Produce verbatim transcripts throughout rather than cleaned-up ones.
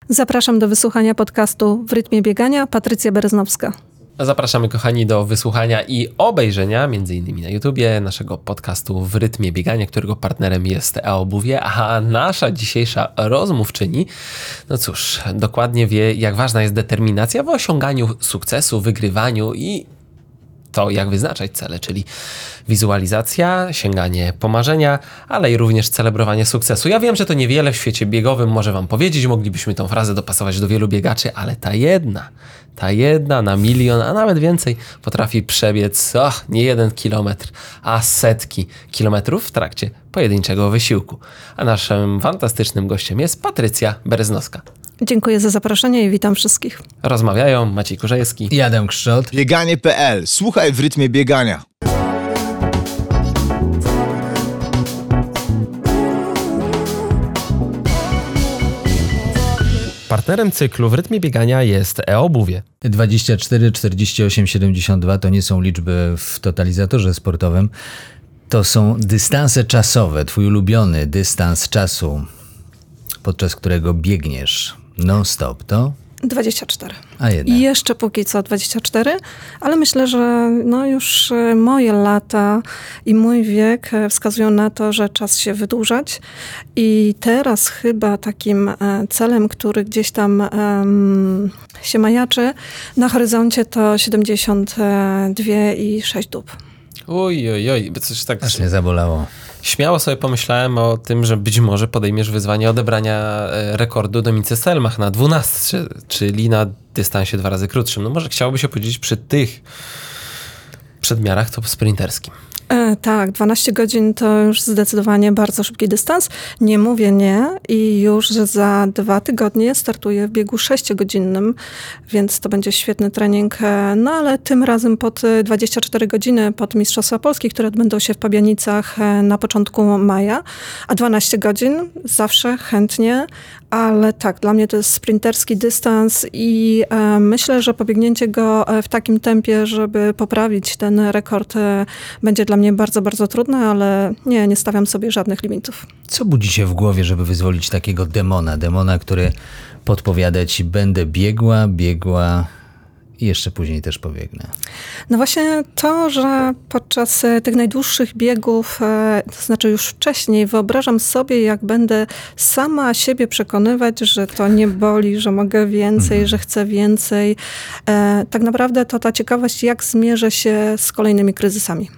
Zapraszam do wysłuchania podcastu W rytmie biegania. Patrycja Bereznowska. Zapraszamy, kochani, do wysłuchania i obejrzenia, między innymi na YouTubie, naszego podcastu W rytmie biegania, którego partnerem jest e-obuwie, a nasza dzisiejsza rozmówczyni, no cóż, dokładnie wie, jak ważna jest determinacja w osiąganiu sukcesu, wygrywaniu i to, jak wyznaczać cele, czyli wizualizacja, sięganie po marzenia, ale i również celebrowanie sukcesu. Ja wiem, że to niewiele w świecie biegowym może wam powiedzieć, moglibyśmy tą frazę dopasować do wielu biegaczy, ale ta jedna, ta jedna na milion, a nawet więcej potrafi przebiec oh, nie jeden kilometr, a setki kilometrów w trakcie pojedynczego wysiłku. A naszym fantastycznym gościem jest Patrycja Bereznowska. Dziękuję za zaproszenie i witam wszystkich. Rozmawiają Maciej Kurzejewski i Adam Krzczot. Bieganie kropka pe el. Słuchaj w rytmie biegania. Partnerem cyklu W rytmie biegania jest e-obuwie. dwadzieścia cztery, czterdzieści osiem, siedemdziesiąt dwa to nie są liczby w totalizatorze sportowym. To są dystanse czasowe. Twój ulubiony dystans czasu, podczas którego biegniesz non-stop, to? dwadzieścia cztery. A jednak. I jeszcze póki co dwadzieścia cztery, ale myślę, że no już moje lata i mój wiek wskazują na to, że czas się wydłużać. I teraz chyba takim celem, który gdzieś tam um, się majaczy na horyzoncie, to siedemdziesiąt dwa i sześć dób. Oj, oj, oj, coś tak... Aż mnie zabolało. Śmiało sobie pomyślałem o tym, że być może podejmiesz wyzwanie odebrania rekordu Dominice Selmach na dwunastce, czyli na dystansie dwa razy krótszym. No może chciałoby się podzielić przy tych przedmiarach to sprinterskim. E, tak, dwanaście godzin to już zdecydowanie bardzo szybki dystans. Nie mówię nie i już za dwa tygodnie startuję w biegu sześciogodzinnym, więc to będzie świetny trening. No ale tym razem pod dwadzieścia cztery godziny, pod Mistrzostwa Polski, które odbędą się w Pabianicach na początku maja, a dwanaście godzin zawsze chętnie, ale tak, dla mnie to jest sprinterski dystans i e, myślę, że pobiegnięcie go w takim tempie, żeby poprawić ten rekord, e, będzie dla mnie bardzo, bardzo trudne, ale nie, nie stawiam sobie żadnych limitów. Co budzi się w głowie, żeby wyzwolić takiego demona? Demona, który podpowiada ci, będę biegła, biegła i jeszcze później też pobiegnę. No właśnie to, że podczas tych najdłuższych biegów, to znaczy już wcześniej, wyobrażam sobie, jak będę sama siebie przekonywać, że to nie boli, że mogę więcej, mhm. że chcę więcej. Tak naprawdę to ta ciekawość, jak zmierzę się z kolejnymi kryzysami.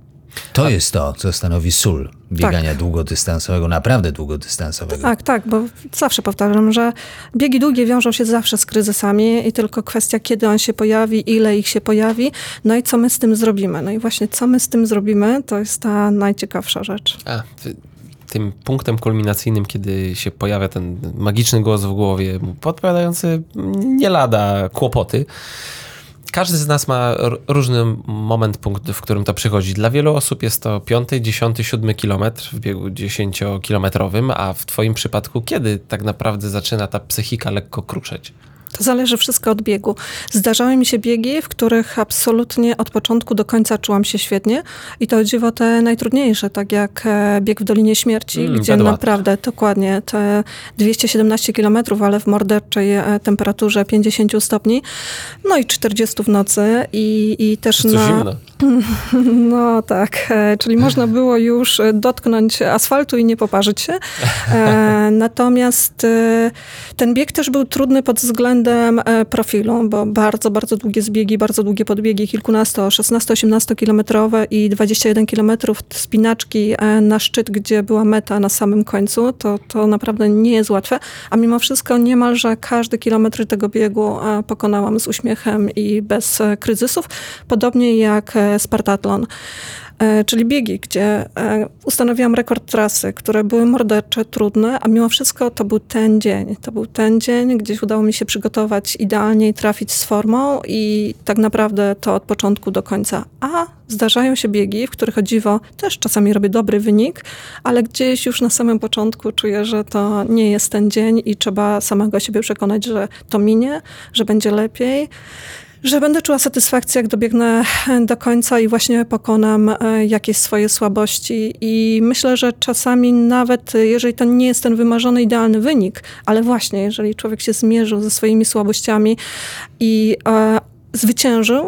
To jest to, co stanowi sól biegania tak. długodystansowego, naprawdę długodystansowego. Tak, tak, bo zawsze powtarzam, że biegi długie wiążą się zawsze z kryzysami i tylko kwestia, kiedy on się pojawi, ile ich się pojawi, no i co my z tym zrobimy. No i właśnie co my z tym zrobimy, to jest ta najciekawsza rzecz. A, ty, tym punktem kulminacyjnym, kiedy się pojawia ten magiczny głos w głowie, podpowiadający nie lada kłopoty. Każdy z nas ma różny moment, punkt, w którym to przychodzi. Dla wielu osób jest to piąty, dziesiąty, siódmy kilometr w biegu dziesięciokilometrowym, a w twoim przypadku kiedy tak naprawdę zaczyna ta psychika lekko kruszeć? To zależy wszystko od biegu. Zdarzały mi się biegi, w których absolutnie od początku do końca czułam się świetnie i to o dziwo te najtrudniejsze, tak jak bieg w Dolinie Śmierci, mm, gdzie naprawdę łatwe. Dokładnie te dwieście siedemnaście kilometrów, ale w morderczej temperaturze pięćdziesiąt stopni, no i czterdzieści w nocy i, i też to na... zimno. No tak, czyli można było już dotknąć asfaltu i nie poparzyć się. Natomiast ten bieg też był trudny pod względem profilu, bo bardzo, bardzo długie zbiegi, bardzo długie podbiegi, kilkunasto, szesnasto, osiemnasto kilometrowe i dwadzieścia jeden kilometrów spinaczki na szczyt, gdzie była meta na samym końcu, to, to naprawdę nie jest łatwe, a mimo wszystko niemalże każdy kilometr tego biegu pokonałam z uśmiechem i bez kryzysów, podobnie jak Spartathlon. Czyli biegi, gdzie ustanowiłam rekord trasy, które były mordercze, trudne, a mimo wszystko to był ten dzień. To był ten dzień, gdzieś udało mi się przygotować idealnie i trafić z formą i tak naprawdę to od początku do końca. A zdarzają się biegi, w których o dziwo też czasami robię dobry wynik, ale gdzieś już na samym początku czuję, że to nie jest ten dzień i trzeba samego siebie przekonać, że to minie, że będzie lepiej, że będę czuła satysfakcję, jak dobiegnę do końca i właśnie pokonam e, jakieś swoje słabości. I myślę, że czasami nawet, jeżeli to nie jest ten wymarzony, idealny wynik, ale właśnie, jeżeli człowiek się zmierzył ze swoimi słabościami i e, zwyciężył,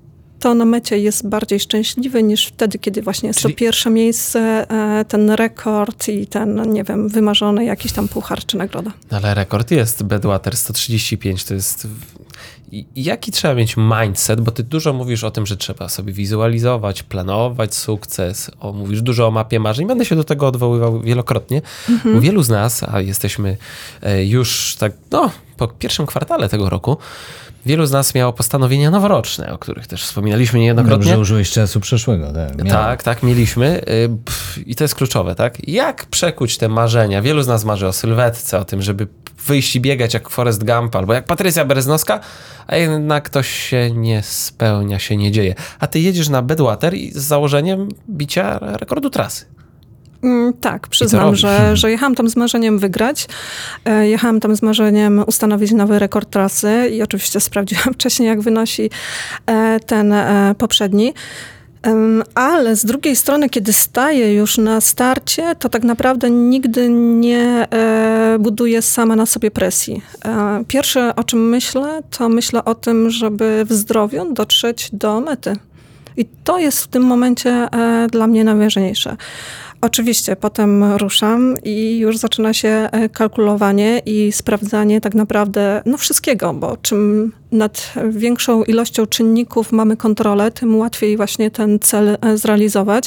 to na mecie jest bardziej szczęśliwy niż wtedy, kiedy właśnie jest Czyli- to pierwsze miejsce, e, ten rekord i ten, nie wiem, wymarzony jakiś tam puchar czy nagroda. Ale rekord jest, Badwater sto trzydzieści pięć, to jest... I jaki trzeba mieć mindset, bo ty dużo mówisz o tym, że trzeba sobie wizualizować, planować sukces, o, mówisz dużo o mapie marzeń, będę się do tego odwoływał wielokrotnie. Mhm. U wielu z nas, a jesteśmy e, już tak, no, po pierwszym kwartale tego roku, wielu z nas miało postanowienia noworoczne, o których też wspominaliśmy niejednokrotnie. Dobrze użyłeś czasu przeszłego. Tak, miałem. Tak, tak, mieliśmy. Y, pff, I to jest kluczowe, tak? Jak przekuć te marzenia? Wielu z nas marzy o sylwetce, o tym, żeby wyjść i biegać jak Forrest Gump albo jak Patrycja Bereznowska, a jednak to się nie spełnia, się nie dzieje. A ty jedziesz na Badwater i z założeniem bicia rekordu trasy. Mm, tak, przyznam, robisz? że, że jechałam tam z marzeniem wygrać. E, Jechałam tam z marzeniem ustanowić nowy rekord trasy i oczywiście sprawdziłam wcześniej, jak wynosi e, ten e, poprzedni. Em, Ale z drugiej strony, kiedy staję już na starcie, to tak naprawdę nigdy nie e, buduję sama na sobie presji. E, Pierwsze, o czym myślę, to myślę o tym, żeby w zdrowiu dotrzeć do mety. I to jest w tym momencie e, dla mnie najważniejsze. Oczywiście potem ruszam i już zaczyna się e, kalkulowanie i sprawdzanie tak naprawdę no wszystkiego, bo czym nad większą ilością czynników mamy kontrolę, tym łatwiej właśnie ten cel e, zrealizować.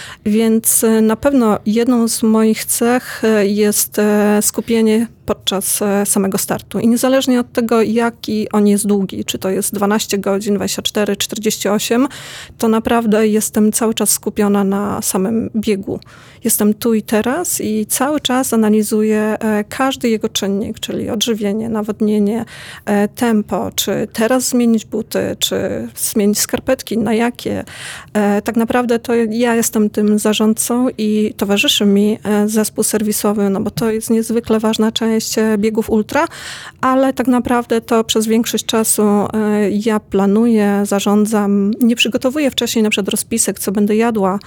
Więc e, na pewno jedną z moich cech e, jest e, skupienie podczas e, samego startu. I niezależnie od tego, jaki on jest długi, czy to jest dwanaście godzin, dwadzieścia cztery, czterdzieści osiem, to naprawdę jestem cały czas skupiona na samym biegu. Jestem tu i teraz i cały czas analizuję e, każdy jego czynnik, czyli odżywienie, nawodnienie, e, tempo, czy teraz zmienić buty, czy zmienić skarpetki, na jakie. E, tak naprawdę to ja jestem tym zarządcą i towarzyszy mi e, zespół serwisowy, no bo to jest niezwykle ważna część e, biegów ultra, ale tak naprawdę to przez większość czasu e, ja planuję, zarządzam, nie przygotowuję wcześniej na przykład rozpisek, co będę jadła,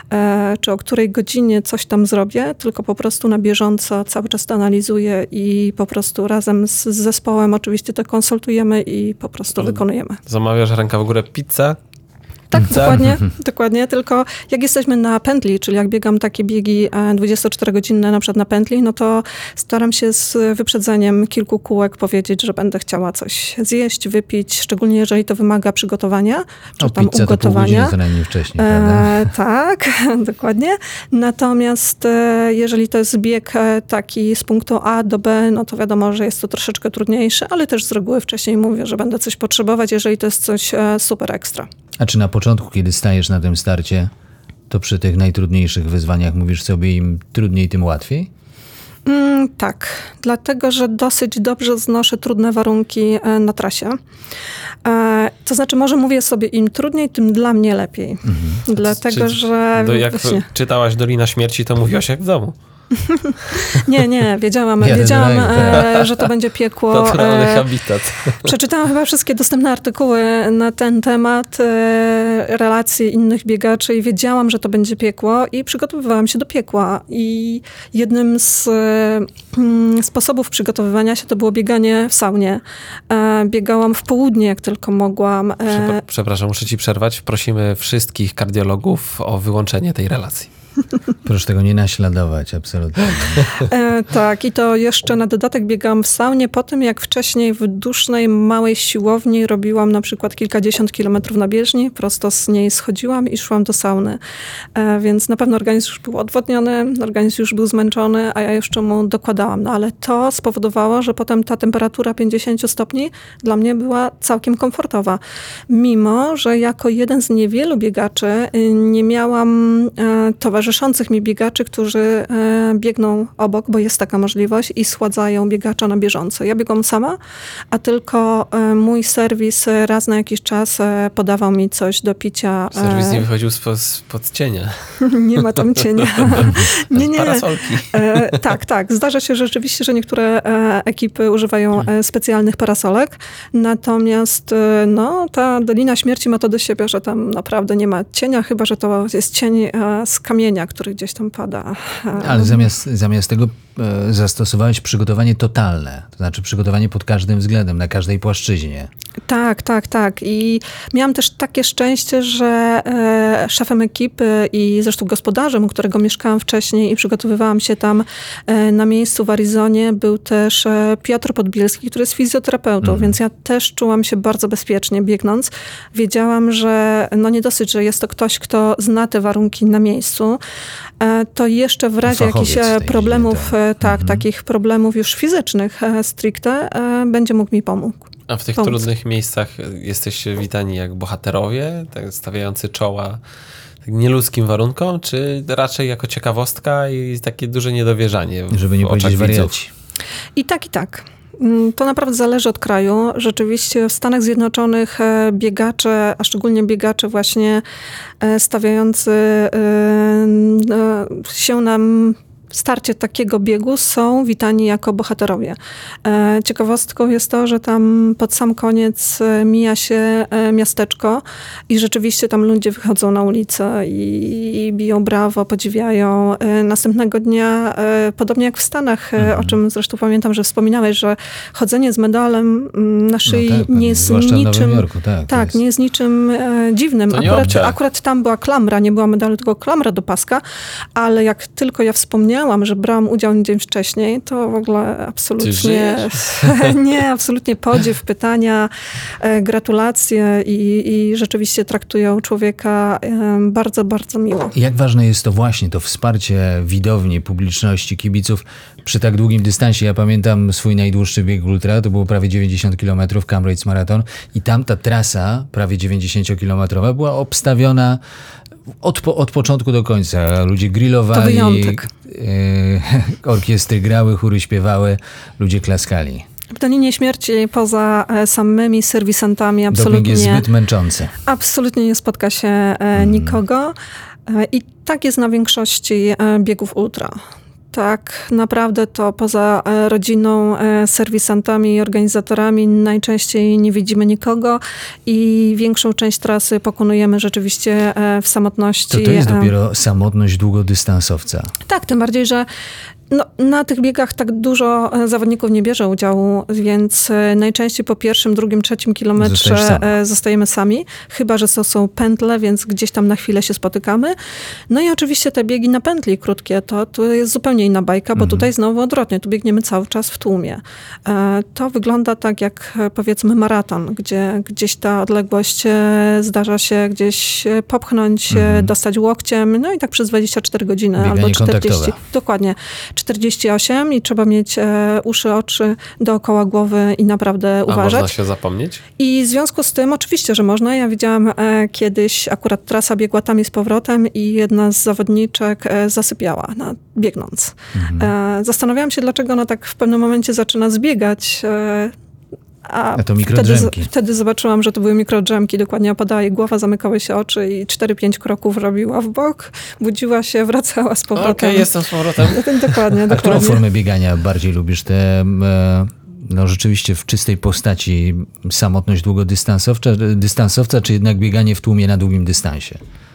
e, czy o której godzinie coś tam zrobię, tylko po prostu na bieżąco cały czas to analizuję i po prostu razem z, z zespołem oczywiście to konsultujemy i po prostu wykonujemy. Zamawiasz ręka w górę pizzę? Tak, Co? dokładnie, dokładnie, tylko jak jesteśmy na pętli, czyli jak biegam takie biegi e, dwudziestoczterogodzinne na przykład na pętli, no to staram się z wyprzedzeniem kilku kółek powiedzieć, że będę chciała coś zjeść, wypić, szczególnie jeżeli to wymaga przygotowania, czy O, tam pizza to pół godziny ugotowania. co najmniej wcześniej, prawda? E, tak, dokładnie. Natomiast e, jeżeli to jest bieg e, taki z punktu A do B, no to wiadomo, że jest to troszeczkę trudniejsze, ale też z reguły wcześniej mówię, że będę coś potrzebować, jeżeli to jest coś e, super ekstra. A czy na początku, kiedy stajesz na tym starcie, to przy tych najtrudniejszych wyzwaniach mówisz sobie im trudniej, tym łatwiej? Mm, tak, dlatego, że dosyć dobrze znoszę trudne warunki e, na trasie. E, to znaczy, może mówię sobie, im trudniej, tym dla mnie lepiej. Mhm. Dlatego, Czy- że... Do, jak właśnie- czytałaś Dolina Śmierci, to mówiłaś jak w domu. Nie, nie, wiedziałam, Jadę wiedziałam do raju, e, że to będzie piekło. Naturalny E, habitat. Przeczytałam chyba wszystkie dostępne artykuły na ten temat, e, relacje innych biegaczy i wiedziałam, że to będzie piekło i przygotowywałam się do piekła. I jednym z e, mm, sposobów przygotowywania się to było bieganie w saunie. E, biegałam w południe, jak tylko mogłam. E, Przepra- Przepraszam, muszę ci przerwać. Prosimy wszystkich kardiologów o wyłączenie tej relacji. Proszę tego nie naśladować, absolutnie. E, tak, i to jeszcze na dodatek biegałam w saunie po tym, jak wcześniej w dusznej, małej siłowni robiłam na przykład kilkadziesiąt kilometrów na bieżni, prosto z niej schodziłam i szłam do sauny. E, więc na pewno organizm już był odwodniony, organizm już był zmęczony, a ja jeszcze mu dokładałam. No ale to spowodowało, że potem ta temperatura pięćdziesiąt stopni dla mnie była całkiem komfortowa. Mimo, że jako jeden z niewielu biegaczy y, nie miałam e, towarzystwa towarzyszących mi biegaczy, którzy e, biegną obok, bo jest taka możliwość i schładzają biegacza na bieżąco. Ja biegłam sama, a tylko e, mój serwis raz na jakiś czas e, podawał mi coś do picia. E, Serwis nie wychodził spod, spod cienia. nie ma tam cienia. nie, nie. Parasolki. E, tak, tak. Zdarza się rzeczywiście, że niektóre e, ekipy używają e, specjalnych parasolek, natomiast e, no, ta Dolina Śmierci ma to do siebie, że tam naprawdę nie ma cienia, chyba że to jest cień e, z kamienia, który gdzieś tam pada. E, Ale zamiast, zamiast tego e, zastosowałeś przygotowanie totalne, to znaczy przygotowanie pod każdym względem, na każdej płaszczyźnie. Tak, tak, tak. I miałam też takie szczęście, że e, szefem ekipy i zresztą gospodarzem, u którego mieszkałam wcześniej i przygotowywałam się tam e, na miejscu w Arizonie, był też e, Piotr Podbielski, który jest fizjoterapeutą, Mhm. więc ja też czułam się bardzo bezpiecznie biegnąc. Wiedziałam, że no nie dosyć, że jest to ktoś, kto zna te warunki na miejscu, e, to jeszcze w razie Fachowiec jakichś w e, tej problemów, dziedzinie, e, tak, takich problemów już fizycznych e, stricte, e, będzie mógł mi pomóc. A w tych Pomóc. trudnych miejscach jesteście witani jak bohaterowie, tak stawiający czoła tak nieludzkim warunkom, czy raczej jako ciekawostka i takie duże niedowierzanie w Żeby nie oczach powiedzieć widzów? wariaci. I tak, i tak. Mm, To naprawdę zależy od kraju. Rzeczywiście w Stanach Zjednoczonych e, biegacze, a szczególnie biegacze właśnie e, stawiający e, e, się na starcie takiego biegu są witani jako bohaterowie. E, Ciekawostką jest to, że tam pod sam koniec e, mija się e, miasteczko i rzeczywiście tam ludzie wychodzą na ulicę i, i biją brawo, podziwiają. E, Następnego dnia, e, podobnie jak w Stanach, e, o czym zresztą pamiętam, że wspominałeś, że chodzenie z medalem mm, na szyi tak, nie jest zwłaszcza w Nowym niczym... Jorku, tak, to tak, jest- nie jest niczym e, dziwnym. To nie Akurat, obciach. akurat tam była klamra, nie była medalu, tylko klamra do paska, ale jak tylko ja wspomniałam, że brałam udział dzień wcześniej, to w ogóle absolutnie nie, absolutnie podziw, pytania, e, gratulacje i, i rzeczywiście traktują człowieka e, bardzo, bardzo miło. Jak ważne jest to właśnie, to wsparcie widowni, publiczności, kibiców przy tak długim dystansie. Ja pamiętam swój najdłuższy bieg ultra, to było prawie dziewięćdziesiąt kilometrów, Cambridge Marathon i tam ta trasa, prawie dziewięćdziesięciokilometrowa, była obstawiona od, po, od początku do końca. Ludzie grillowali, To wyjątek. e, orkiestry grały, chóry śpiewały, ludzie klaskali. W Dolinie Śmierci poza e, samymi serwisantami Doping absolutnie, jest zbyt męczący. absolutnie nie spotka się e, nikogo e, i tak jest na większości e, biegów ultra. Tak, naprawdę to poza e, rodziną, e, serwisantami i organizatorami najczęściej nie widzimy nikogo i większą część trasy pokonujemy rzeczywiście e, w samotności. To to jest e, dopiero samotność długodystansowca. Tak, tym bardziej, że no, na tych biegach tak dużo e, zawodników nie bierze udziału, więc e, najczęściej po pierwszym, drugim, trzecim Zostajesz kilometrze sama. e, zostajemy sami, chyba że to są pętle, więc gdzieś tam na chwilę się spotykamy. No i oczywiście te biegi na pętli krótkie, to, to jest zupełnie inna bajka, bo tutaj znowu odwrotnie, tu biegniemy cały czas w tłumie. E, To wygląda tak jak e, powiedzmy maraton, gdzie gdzieś ta odległość e, zdarza się gdzieś e, popchnąć, e, dostać łokciem, no i tak przez dwadzieścia cztery godziny Bieganie albo czterdzieści. kontaktowe. Dokładnie. czterdzieści osiem i trzeba mieć e, uszy, oczy dookoła głowy i naprawdę A można uważać. się zapomnieć? I w związku z tym oczywiście, że można. Ja widziałam e, kiedyś akurat trasa biegła tam i z powrotem i jedna z zawodniczek e, zasypiała na, biegnąc. E, zastanawiałam się, dlaczego ona tak w pewnym momencie zaczyna zbiegać. E, a A to wtedy, mikrodrzemki. wtedy zobaczyłam, że to były mikrodrzemki. Dokładnie opadała jej głowa, zamykały się oczy i cztery pięć kroków robiła w bok. Budziła się, wracała z powrotem. Okej, jestem z powrotem. Dokładnie, A którą dokładnie. formę biegania bardziej lubisz? Te, e, no rzeczywiście w czystej postaci samotność długodystansowca, dystansowca, czy jednak bieganie w tłumie na długim dystansie?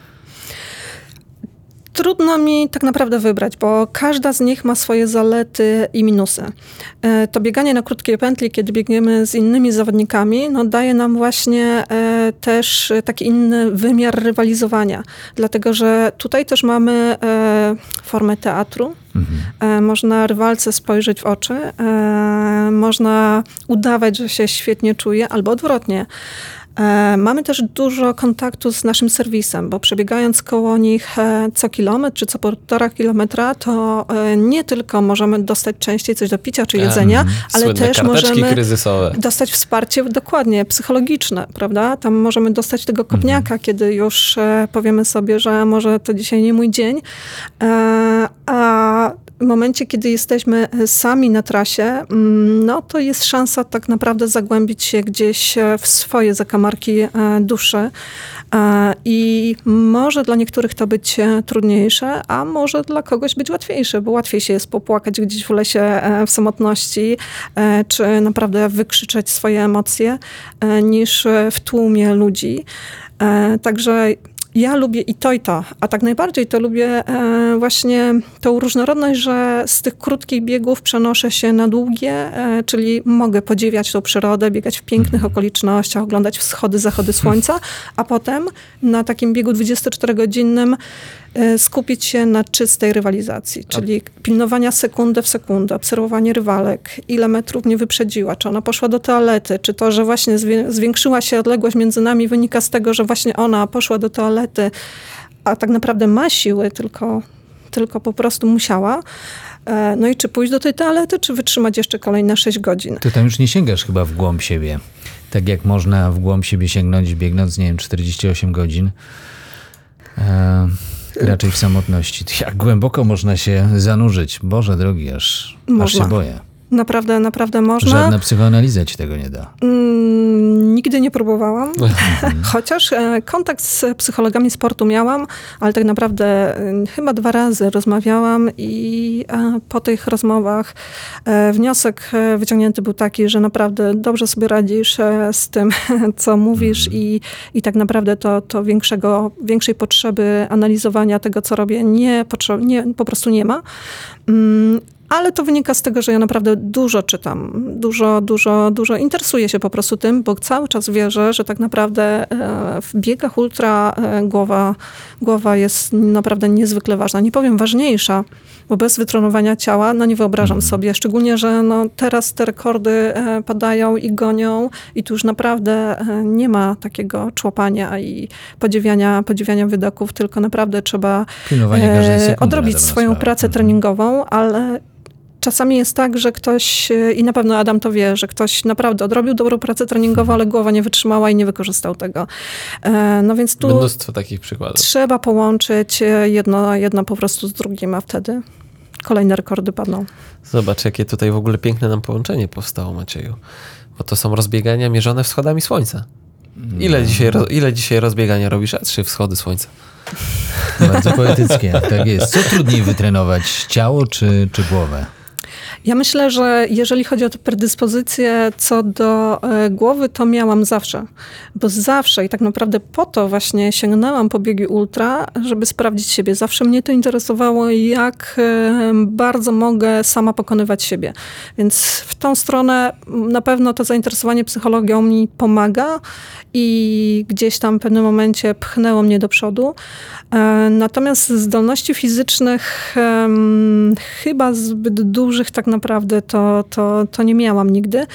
Trudno mi tak naprawdę wybrać, bo każda z nich ma swoje zalety i minusy. E, To bieganie na krótkiej pętli, kiedy biegniemy z innymi zawodnikami, no daje nam właśnie e, też taki inny wymiar rywalizowania. Dlatego, że tutaj też mamy e, formę teatru. E, Można rywalce spojrzeć w oczy, e, można udawać, że się świetnie czuje, albo odwrotnie. E, Mamy też dużo kontaktu z naszym serwisem, bo przebiegając koło nich e, co kilometr czy co półtora kilometra, to e, nie tylko możemy dostać częściej coś do picia czy jedzenia, Mm, ale słynne też karteczki możemy kryzysowe. dostać wsparcie dokładnie psychologiczne, prawda? Tam możemy dostać tego kopniaka, kiedy już e, powiemy sobie, że może to dzisiaj nie mój dzień, e, a w momencie, kiedy jesteśmy sami na trasie, mm, no to jest szansa tak naprawdę zagłębić się gdzieś e, w swoje zakamarki e, duszy. E, I może dla niektórych to być e, trudniejsze, a może dla kogoś być łatwiejsze, bo łatwiej się jest popłakać gdzieś w lesie e, w samotności, e, czy naprawdę wykrzyczeć swoje emocje, e, niż e, w tłumie ludzi. E, Także ja lubię i to, i to, a tak najbardziej to lubię e, właśnie tą różnorodność, że z tych krótkich biegów przenoszę się na długie, e, czyli mogę podziwiać tą przyrodę, biegać w pięknych okolicznościach, oglądać wschody, zachody słońca, a potem na takim biegu dwudziestoczterogodzinnym e, skupić się na czystej rywalizacji, czyli pilnowania sekundę w sekundę, obserwowanie rywalek, ile metrów mnie wyprzedziła, czy ona poszła do toalety, czy to, że właśnie zwię- zwiększyła się odległość między nami wynika z tego, że właśnie ona poszła do toalety, a tak naprawdę ma siły, tylko, tylko po prostu musiała. E, No i czy pójść do tej toalety, czy wytrzymać jeszcze kolejne sześć godzin? Ty tam już nie sięgasz chyba w głąb siebie. Tak jak można w głąb siebie sięgnąć biegnąc, nie wiem, czterdzieści osiem godzin. E, raczej w samotności. Jak głęboko można się zanurzyć? Boże drogi, aż, aż Można. się boję. Naprawdę, naprawdę można. Żadna psychoanaliza ci tego nie da. Mm, nigdy nie próbowałam, chociaż e, kontakt z psychologami sportu miałam, ale tak naprawdę e, chyba dwa razy rozmawiałam i e, po tych rozmowach e, wniosek e, wyciągnięty był taki, że naprawdę dobrze sobie radzisz e, z tym, co mówisz i, i tak naprawdę to, to większego, większej potrzeby analizowania tego, co robię, nie, potrze- nie, po prostu nie ma. Mm, Ale to wynika z tego, że ja naprawdę dużo czytam, dużo, dużo, dużo interesuję się po prostu tym, bo cały czas wierzę, że tak naprawdę e, w biegach ultra e, głowa, głowa jest naprawdę niezwykle ważna. Nie powiem ważniejsza, bo bez wytrenowania ciała, no nie wyobrażam sobie, szczególnie, że no teraz te rekordy e, padają i gonią i tu już naprawdę e, nie ma takiego człapania i podziwiania, podziwiania wydoków, tylko naprawdę trzeba Pilnowanie każdej sekundy odrobić na dobrą swoją sprawę. pracę treningową, ale czasami jest tak, że ktoś, i na pewno Adam to wie, że ktoś naprawdę odrobił dobrą pracę treningową, ale głowa nie wytrzymała i nie wykorzystał tego. E, No więc tu Mnóstwo takich przykładów. trzeba połączyć jedno, jedno po prostu z drugim, a wtedy kolejne rekordy padną. Zobacz, jakie tutaj w ogóle piękne nam połączenie powstało, Macieju. Bo to są rozbiegania mierzone wschodami słońca. Ile, No. dzisiaj, ro- ile dzisiaj rozbiegania robisz? A trzy wschody słońca. Bardzo poetyckie, tak jest. Co trudniej wytrenować, ciało czy, czy głowę? Ja myślę, że jeżeli chodzi o tę predyspozycję co do e, głowy, to miałam zawsze. Bo zawsze i tak naprawdę po to właśnie sięgnęłam po biegi ultra, żeby sprawdzić siebie. Zawsze mnie to interesowało, jak e, bardzo mogę sama pokonywać siebie. Więc w tą stronę na pewno to zainteresowanie psychologią mi pomaga i gdzieś tam w pewnym momencie pchnęło mnie do przodu. E, Natomiast zdolności fizycznych em, chyba zbyt dużych tak naprawdę to, to, to nie miałam nigdy,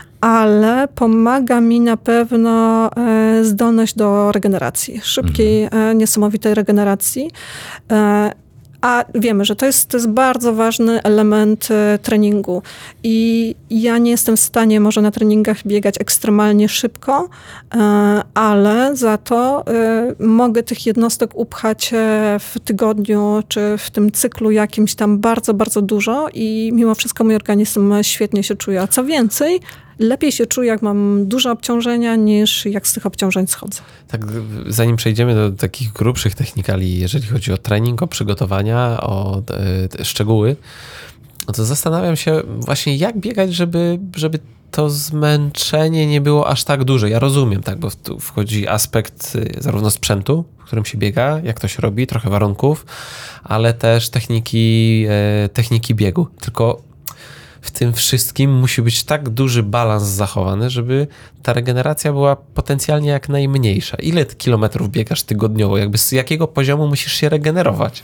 ale pomaga mi na pewno e, zdolność do regeneracji, szybkiej, e, niesamowitej regeneracji. E, A wiemy, że to jest, to jest bardzo ważny element e, treningu. I ja nie jestem w stanie może na treningach biegać ekstremalnie szybko, e, ale za to e, mogę tych jednostek upchać e, w tygodniu czy w tym cyklu jakimś tam bardzo, bardzo dużo i mimo wszystko mój organizm świetnie się czuje. A co więcej, lepiej się czuję, jak mam duże obciążenia, niż jak z tych obciążeń schodzę. Tak, zanim przejdziemy do takich grubszych technikali, jeżeli chodzi o trening, o przygotowania, o e, szczegóły, no to zastanawiam się właśnie, jak biegać, żeby, żeby to zmęczenie nie było aż tak duże. Ja rozumiem, tak, bo tu wchodzi aspekt zarówno sprzętu, w którym się biega, jak to się robi, trochę warunków, ale też techniki, e, techniki biegu. Tylko w tym wszystkim musi być tak duży balans zachowany, żeby ta regeneracja była potencjalnie jak najmniejsza. Ile kilometrów biegasz tygodniowo? Jakby z jakiego poziomu musisz się regenerować?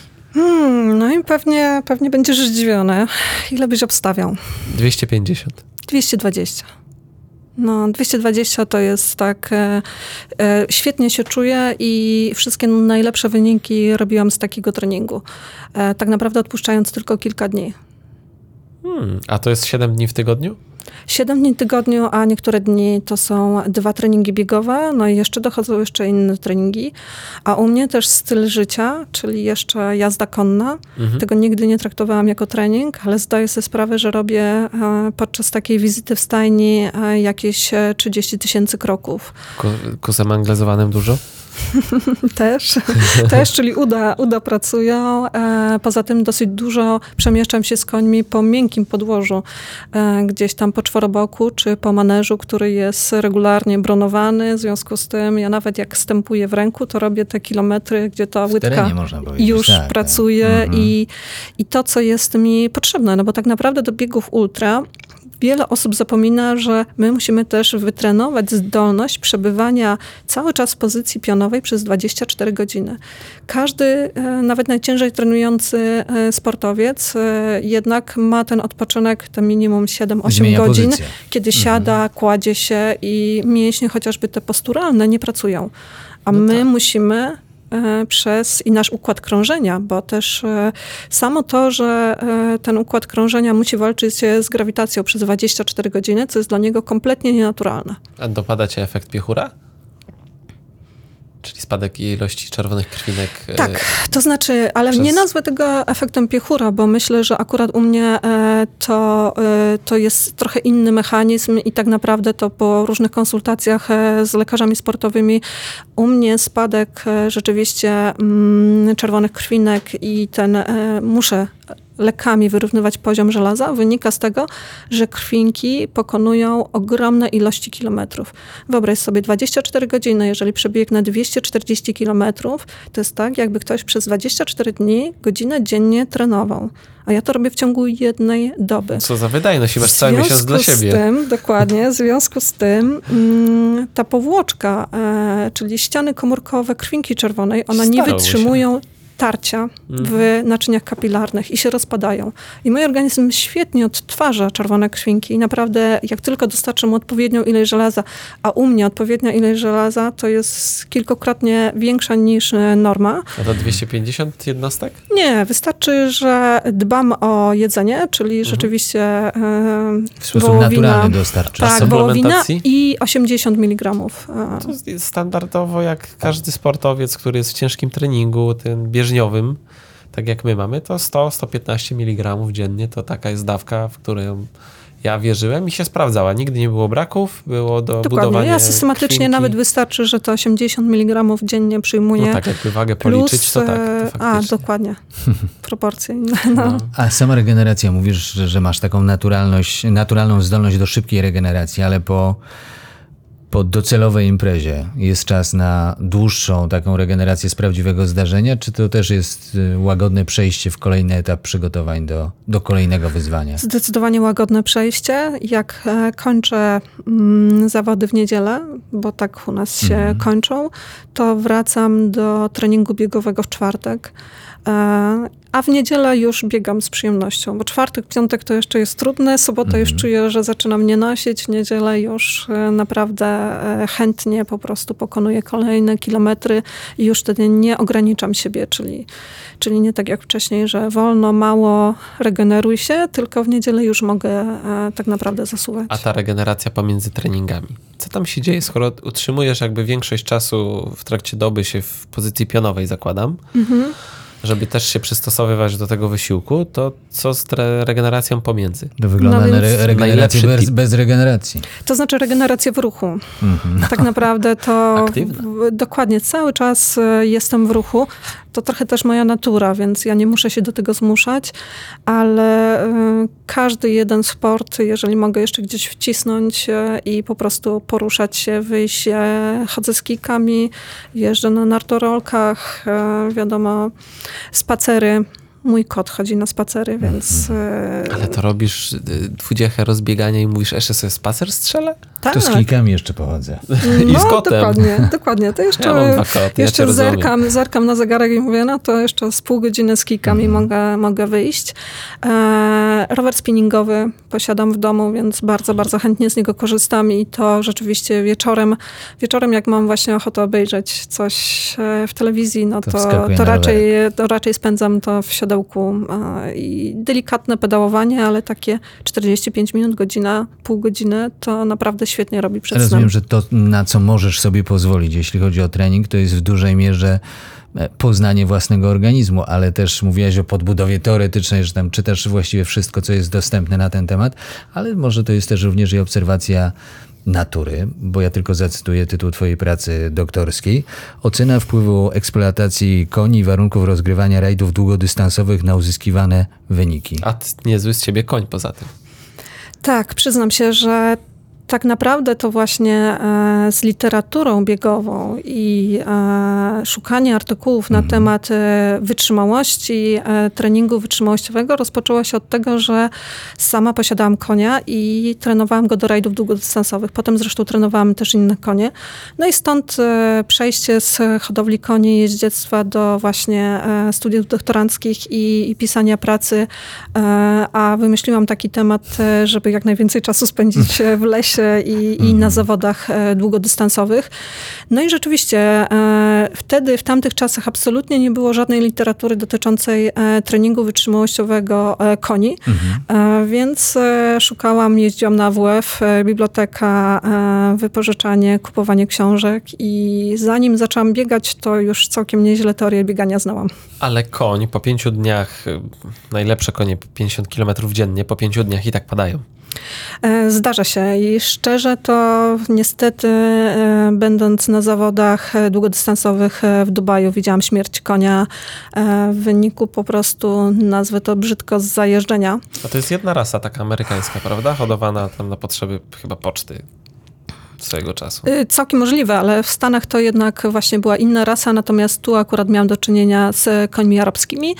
Hmm, no i pewnie, pewnie będziesz zdziwiony. Ile byś obstawiał? dwieście pięćdziesiąt. dwieście dwadzieścia. No, dwieście dwadzieścia to jest tak, e, e, świetnie się czuję i wszystkie najlepsze wyniki robiłam z takiego treningu. E, tak naprawdę odpuszczając tylko kilka dni. Hmm, a to jest siedem dni w tygodniu? Siedem dni w tygodniu, a niektóre dni to są dwa treningi biegowe, no i jeszcze dochodzą jeszcze inne treningi. A u mnie też styl życia, czyli jeszcze jazda konna. Mhm. Tego nigdy nie traktowałam jako trening, ale zdaję sobie sprawę, że robię e, podczas takiej wizyty w stajni e, jakieś e, trzydzieści tysięcy kroków. Ku, kusem anglezowanym dużo? Też, też, czyli uda, uda pracują. E, poza tym dosyć dużo przemieszczam się z końmi po miękkim podłożu, e, gdzieś tam po czworoboku, czy po maneżu, który jest regularnie bronowany. W związku z tym ja nawet jak stępuję w ręku, to robię te kilometry, gdzie ta W łydka terenie, można powiedzieć. już Tak, pracuje tak. Mhm. i, i to, co jest mi potrzebne, no bo tak naprawdę do biegów ultra wiele osób zapomina, że my musimy też wytrenować zdolność przebywania cały czas w pozycji pionowej przez dwadzieścia cztery godziny. Każdy, e, nawet najciężej trenujący e, sportowiec e, jednak ma ten odpoczynek, to minimum siedem osiem Zmienia godzin, pozycję. kiedy siada, kładzie się i mięśnie chociażby te posturalne nie pracują. A No my tak. musimy e, przez i nasz układ krążenia, bo też e, samo to, że e, ten układ krążenia musi walczyć e, z grawitacją przez dwadzieścia cztery godziny, co jest dla niego kompletnie nienaturalne. A dopada cię efekt piechura? Czyli spadek ilości czerwonych krwinek? e, Tak, to znaczy, ale przez- nie nazwę tego efektem piechura, bo myślę, że akurat u mnie e, to, e, to jest trochę inny mechanizm i tak naprawdę to po różnych konsultacjach e, z lekarzami sportowymi u mnie spadek e, rzeczywiście mm, czerwonych krwinek i ten e, muszę lekami wyrównywać poziom żelaza, wynika z tego, że krwinki pokonują ogromne ilości kilometrów. Wyobraź sobie dwadzieścia cztery godziny, jeżeli przebiegnę dwieście czterdzieści kilometrów, to jest tak, jakby ktoś przez dwadzieścia cztery dni, godzinę dziennie trenował. A ja to robię w ciągu jednej doby. Co za wydajność, masz W cały miesiąc dla związku siebie. Z tym, dokładnie, w związku z tym mm, ta powłoczka, e, czyli ściany komórkowe krwinki czerwonej, one nie Starały się. wytrzymują tarcia w naczyniach kapilarnych i się rozpadają. I mój organizm świetnie odtwarza czerwone krwinki i naprawdę jak tylko dostarczę mu odpowiednią ilość żelaza, a u mnie odpowiednia ilość żelaza to jest kilkukrotnie większa niż e, norma. A to dwieście pięćdziesiąt jednostek? Nie, wystarczy, że dbam o jedzenie, czyli rzeczywiście e, W sposób wołowina, naturalny dostarczysz. tak, wołowina suplementacji? i osiemdziesiąt miligramów. e, To jest standardowo jak każdy sportowiec, który jest w ciężkim treningu, ten bieżniowym, tak jak my mamy, to sto do stu piętnastu miligramów dziennie, to taka jest dawka, w którą ja wierzyłem i się sprawdzała. Nigdy nie było braków, było do Dokładnie. budowania Ja systematycznie krwinki. nawet wystarczy, że to osiemdziesiąt miligramów dziennie przyjmuję. No tak, jakby wagę plus, policzyć, to tak, e, to A, faktycznie. dokładnie. Proporcje inne. No. No. A sama regeneracja, mówisz, że, że masz taką naturalność, naturalną zdolność do szybkiej regeneracji, ale po, po docelowej imprezie jest czas na dłuższą taką regenerację z prawdziwego zdarzenia, czy to też jest y, łagodne przejście w kolejny etap przygotowań do, do kolejnego wyzwania? Zdecydowanie łagodne przejście. Jak e, kończę mm, zawody w niedzielę, bo tak u nas się Mhm. kończą, to wracam do treningu biegowego w czwartek. E, a w niedzielę już biegam z przyjemnością, bo czwartek, piątek to jeszcze jest trudne, sobota już czuję, że zaczyna mnie nosić, niedzielę już e, naprawdę e, chętnie po prostu pokonuję kolejne kilometry i już wtedy nie ograniczam siebie, czyli, czyli nie tak jak wcześniej, że wolno, mało, regeneruj się, tylko w niedzielę już mogę e, tak naprawdę zasuwać. A ta regeneracja pomiędzy treningami. Co tam się dzieje, skoro utrzymujesz jakby większość czasu w trakcie doby się w pozycji pionowej, zakładam, Mhm. żeby też się przystosowywać do tego wysiłku, to co z tre- regeneracją pomiędzy? To wygląda No na więc- re- regenerację Najlepszy bez, tip. bez regeneracji. To znaczy regeneracja w ruchu. Tak naprawdę to Aktywna. w, dokładnie cały czas e, jestem w ruchu. To trochę też moja natura, więc ja nie muszę się do tego zmuszać, ale e, każdy jeden sport, jeżeli mogę jeszcze gdzieś wcisnąć e, i po prostu poruszać się, wyjść, e, chodzę z kijkami, jeżdżę na nartorolkach, e, wiadomo, spacery. mój kot chodzi na spacery, więc... e, Ale to robisz y, dwudziechę rozbiegania i mówisz, jeszcze sobie spacer strzelę? tak. To z klikami jeszcze pochodzę. I No, z kotem. dokładnie, dokładnie. To jeszcze, Ja mam dwa koty, ja cię jeszcze rozumiem. zerkam, zerkam na zegarek i mówię, no to jeszcze z pół godziny z kikami Mhm. mogę, mogę wyjść. E, rower spinningowy posiadam w domu, więc bardzo, bardzo chętnie z niego korzystam i to rzeczywiście wieczorem, wieczorem jak mam właśnie ochotę obejrzeć coś e, w telewizji, no To to, wskakuję to, na raczej, to raczej spędzam to w siodełku e, i delikatne pedałowanie, ale takie czterdzieści pięć minut, godzina, pół godziny, to naprawdę świetnie robi przed snem. Rozumiem, że to, na co możesz sobie pozwolić, jeśli chodzi o trening, to jest w dużej mierze e, poznanie własnego organizmu, ale też mówiłaś o podbudowie teoretycznej, że tam czytasz właściwie wszystko, co jest dostępne na ten temat, ale może to jest też również i obserwacja natury, bo ja tylko zacytuję tytuł twojej pracy doktorskiej. Ocena wpływu eksploatacji koni i warunków rozgrywania rajdów długodystansowych na uzyskiwane wyniki. A ty, niezły z ciebie koń poza tym. Tak, przyznam się, że tak naprawdę to właśnie e, z literaturą biegową i e, szukanie artykułów na temat e, wytrzymałości, e, treningu wytrzymałościowego rozpoczęło się od tego, że sama posiadałam konia i trenowałam go do rajdów długodystansowych. Potem zresztą trenowałam też inne konie. No i stąd e, przejście z hodowli koni i jeździectwa do właśnie e, studiów doktoranckich i, i pisania pracy, e, a wymyśliłam taki temat, e, żeby jak najwięcej czasu spędzić e, w lesie i, i na zawodach e, długodystansowych. No i rzeczywiście e, wtedy, w tamtych czasach absolutnie nie było żadnej literatury dotyczącej e, treningu wytrzymałościowego e, koni, e, więc e, szukałam, jeździłam na A W F, e, biblioteka, e, wypożyczanie, kupowanie książek i zanim zaczęłam biegać, to już całkiem nieźle teorię biegania znałam. Ale koń po pięciu dniach, y, najlepsze konie pięćdziesiąt kilometrów dziennie, po pięciu dniach i tak padają. E, Zdarza się i szczerze to niestety e, będąc na zawodach e, długodystansowych e, w Dubaju widziałam śmierć konia e, w wyniku po prostu, nazwę to brzydko, z zajeżdżenia. A to jest jedna rasa taka amerykańska, prawda? Hodowana tam na potrzeby chyba poczty swojego czasu. E, Całkiem możliwe, ale w Stanach to jednak właśnie była inna rasa, natomiast tu akurat miałam do czynienia z końmi arabskimi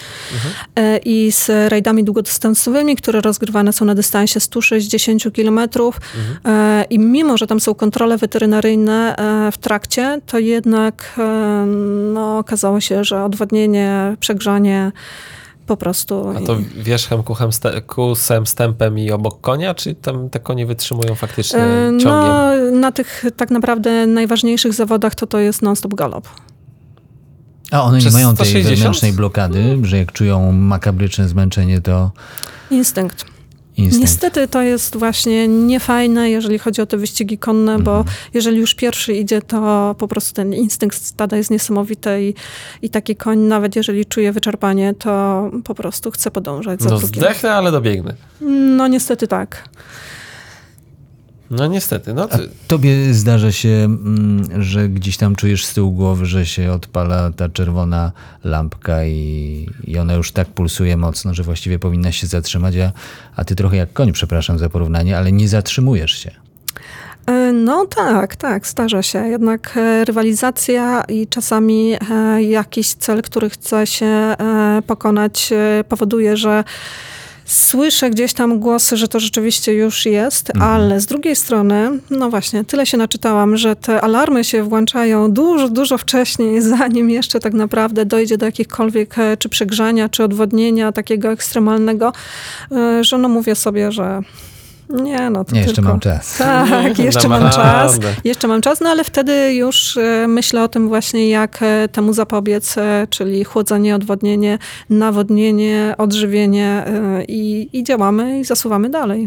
e, i z rajdami długodystansowymi, które rozgrywane są na dystansie sto sześćdziesiąt kilometrów e, i mimo, że tam są kontrole weterynaryjne e, w trakcie, to jednak e, no, okazało się, że odwodnienie, przegrzanie po prostu... A to wierzchem, kuchem, ste- kusem, stępem i obok konia, czy tam te konie wytrzymują faktycznie E, ciągiem? No, na tych tak naprawdę najważniejszych zawodach to to jest non-stop galop. A one nie Przez mają sto tej sześćdziesiąt? wewnętrznej blokady, że jak czują makabryczne zmęczenie, to Instynkt. instynkt. Niestety to jest właśnie niefajne, jeżeli chodzi o te wyścigi konne, bo jeżeli już pierwszy idzie, to po prostu ten instynkt stada jest niesamowity i, i taki koń, nawet jeżeli czuje wyczerpanie, to po prostu chce podążać za No drugim. zdechnę, ale dobiegnę. No niestety tak. No niestety. No, A ty, tobie zdarza się, mm, że gdzieś tam czujesz z tyłu głowy, że się odpala ta czerwona lampka i, i ona już tak pulsuje mocno, że właściwie powinna się zatrzymać, a, a ty trochę jak koń, przepraszam za porównanie, ale nie zatrzymujesz się. E, No tak, tak, zdarza się. Jednak e, rywalizacja i czasami e, jakiś cel, który chce się e, pokonać, e, powoduje, że słyszę gdzieś tam głosy, że to rzeczywiście już jest, ale z drugiej strony, no właśnie, tyle się naczytałam, że te alarmy się włączają dużo, dużo wcześniej, zanim jeszcze tak naprawdę dojdzie do jakichkolwiek e, czy przegrzania, czy odwodnienia takiego ekstremalnego, e, że no mówię sobie, że nie, no to Nie, jeszcze tylko... mam czas. Tak, Nie, jeszcze dam mam czas, radę. jeszcze mam czas, no ale wtedy już e, myślę o tym właśnie, jak e, temu zapobiec, e, czyli chłodzenie, odwodnienie, nawodnienie, odżywienie e, i, i działamy i zasuwamy dalej.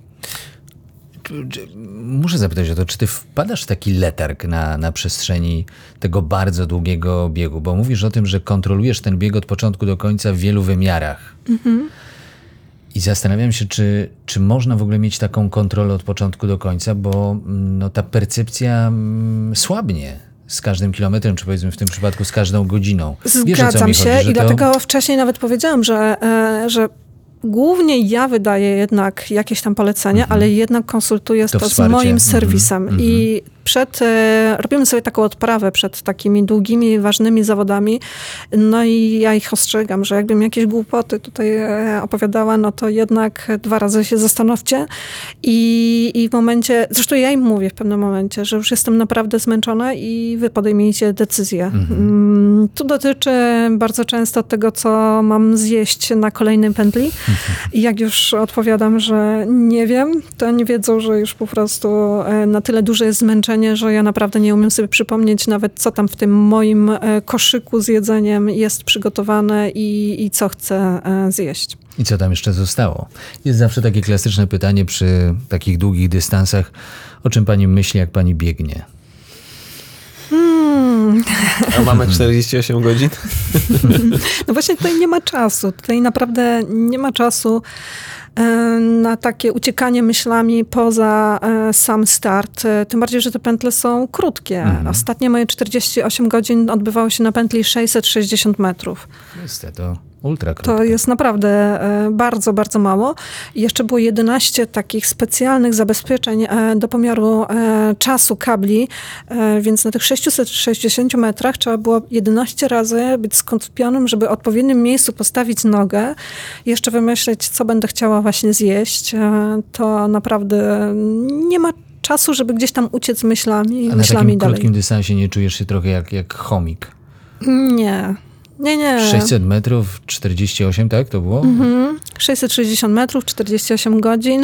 Muszę zapytać o to, czy ty wpadasz w taki letarg na, na przestrzeni tego bardzo długiego biegu? Bo mówisz o tym, że kontrolujesz ten bieg od początku do końca w wielu wymiarach. I zastanawiam się, czy, czy można w ogóle mieć taką kontrolę od początku do końca, bo no, ta percepcja mm, słabnie z każdym kilometrem, czy powiedzmy w tym przypadku z każdą godziną. Wiesz, o co Zgadzam mi się chodzi, że i to... dlatego wcześniej nawet powiedziałam, że, e, że głównie ja wydaję jednak jakieś tam polecenia, ale jednak konsultuję To to, z wsparcie. moim Mhm, serwisem. mhm. I przed, e, robimy sobie taką odprawę przed takimi długimi, ważnymi zawodami. No i ja ich ostrzegam, że jakbym jakieś głupoty tutaj e, opowiadała, no to jednak dwa razy się zastanówcie. I, i w momencie, zresztą ja im mówię w pewnym momencie, że już jestem naprawdę zmęczona i wy podejmijcie decyzję. Mhm. Mm, tu dotyczy bardzo często tego, co mam zjeść na kolejnej pętli. Mhm. I jak już odpowiadam, że nie wiem, to oni wiedzą, że już po prostu e, na tyle duże jest zmęczenie, że ja naprawdę nie umiem sobie przypomnieć nawet, co tam w tym moim e, koszyku z jedzeniem jest przygotowane i, i co chcę e, zjeść. I co tam jeszcze zostało? Jest zawsze takie klasyczne pytanie przy takich długich dystansach, o czym pani myśli, jak pani biegnie? Hmm. A mamy czterdzieści osiem godzin? No właśnie tutaj nie ma czasu. Tutaj naprawdę nie ma czasu na takie uciekanie myślami poza sam start. Tym bardziej, że te pętle są krótkie. Mhm. Ostatnie moje czterdzieści osiem godzin odbywało się na pętli sześćset sześćdziesiąt metrów. Jest to ultra krótko. To jest naprawdę bardzo, bardzo mało. I jeszcze było jedenaście takich specjalnych zabezpieczeń do pomiaru czasu kabli, więc na tych sześćset sześćdziesięciu metrach trzeba było jedenaście razy być skupionym, żeby w odpowiednim miejscu postawić nogę, jeszcze wymyśleć, co będę chciała właśnie zjeść. To naprawdę nie ma czasu, żeby gdzieś tam uciec myślami i A myślami na takim dalej. krótkim dystansie nie czujesz się trochę jak, jak chomik? Nie. Nie, nie. sześćset metrów, czterdzieści osiem, tak to było? Mhm. sześćset sześćdziesiąt metrów, czterdzieści osiem godzin.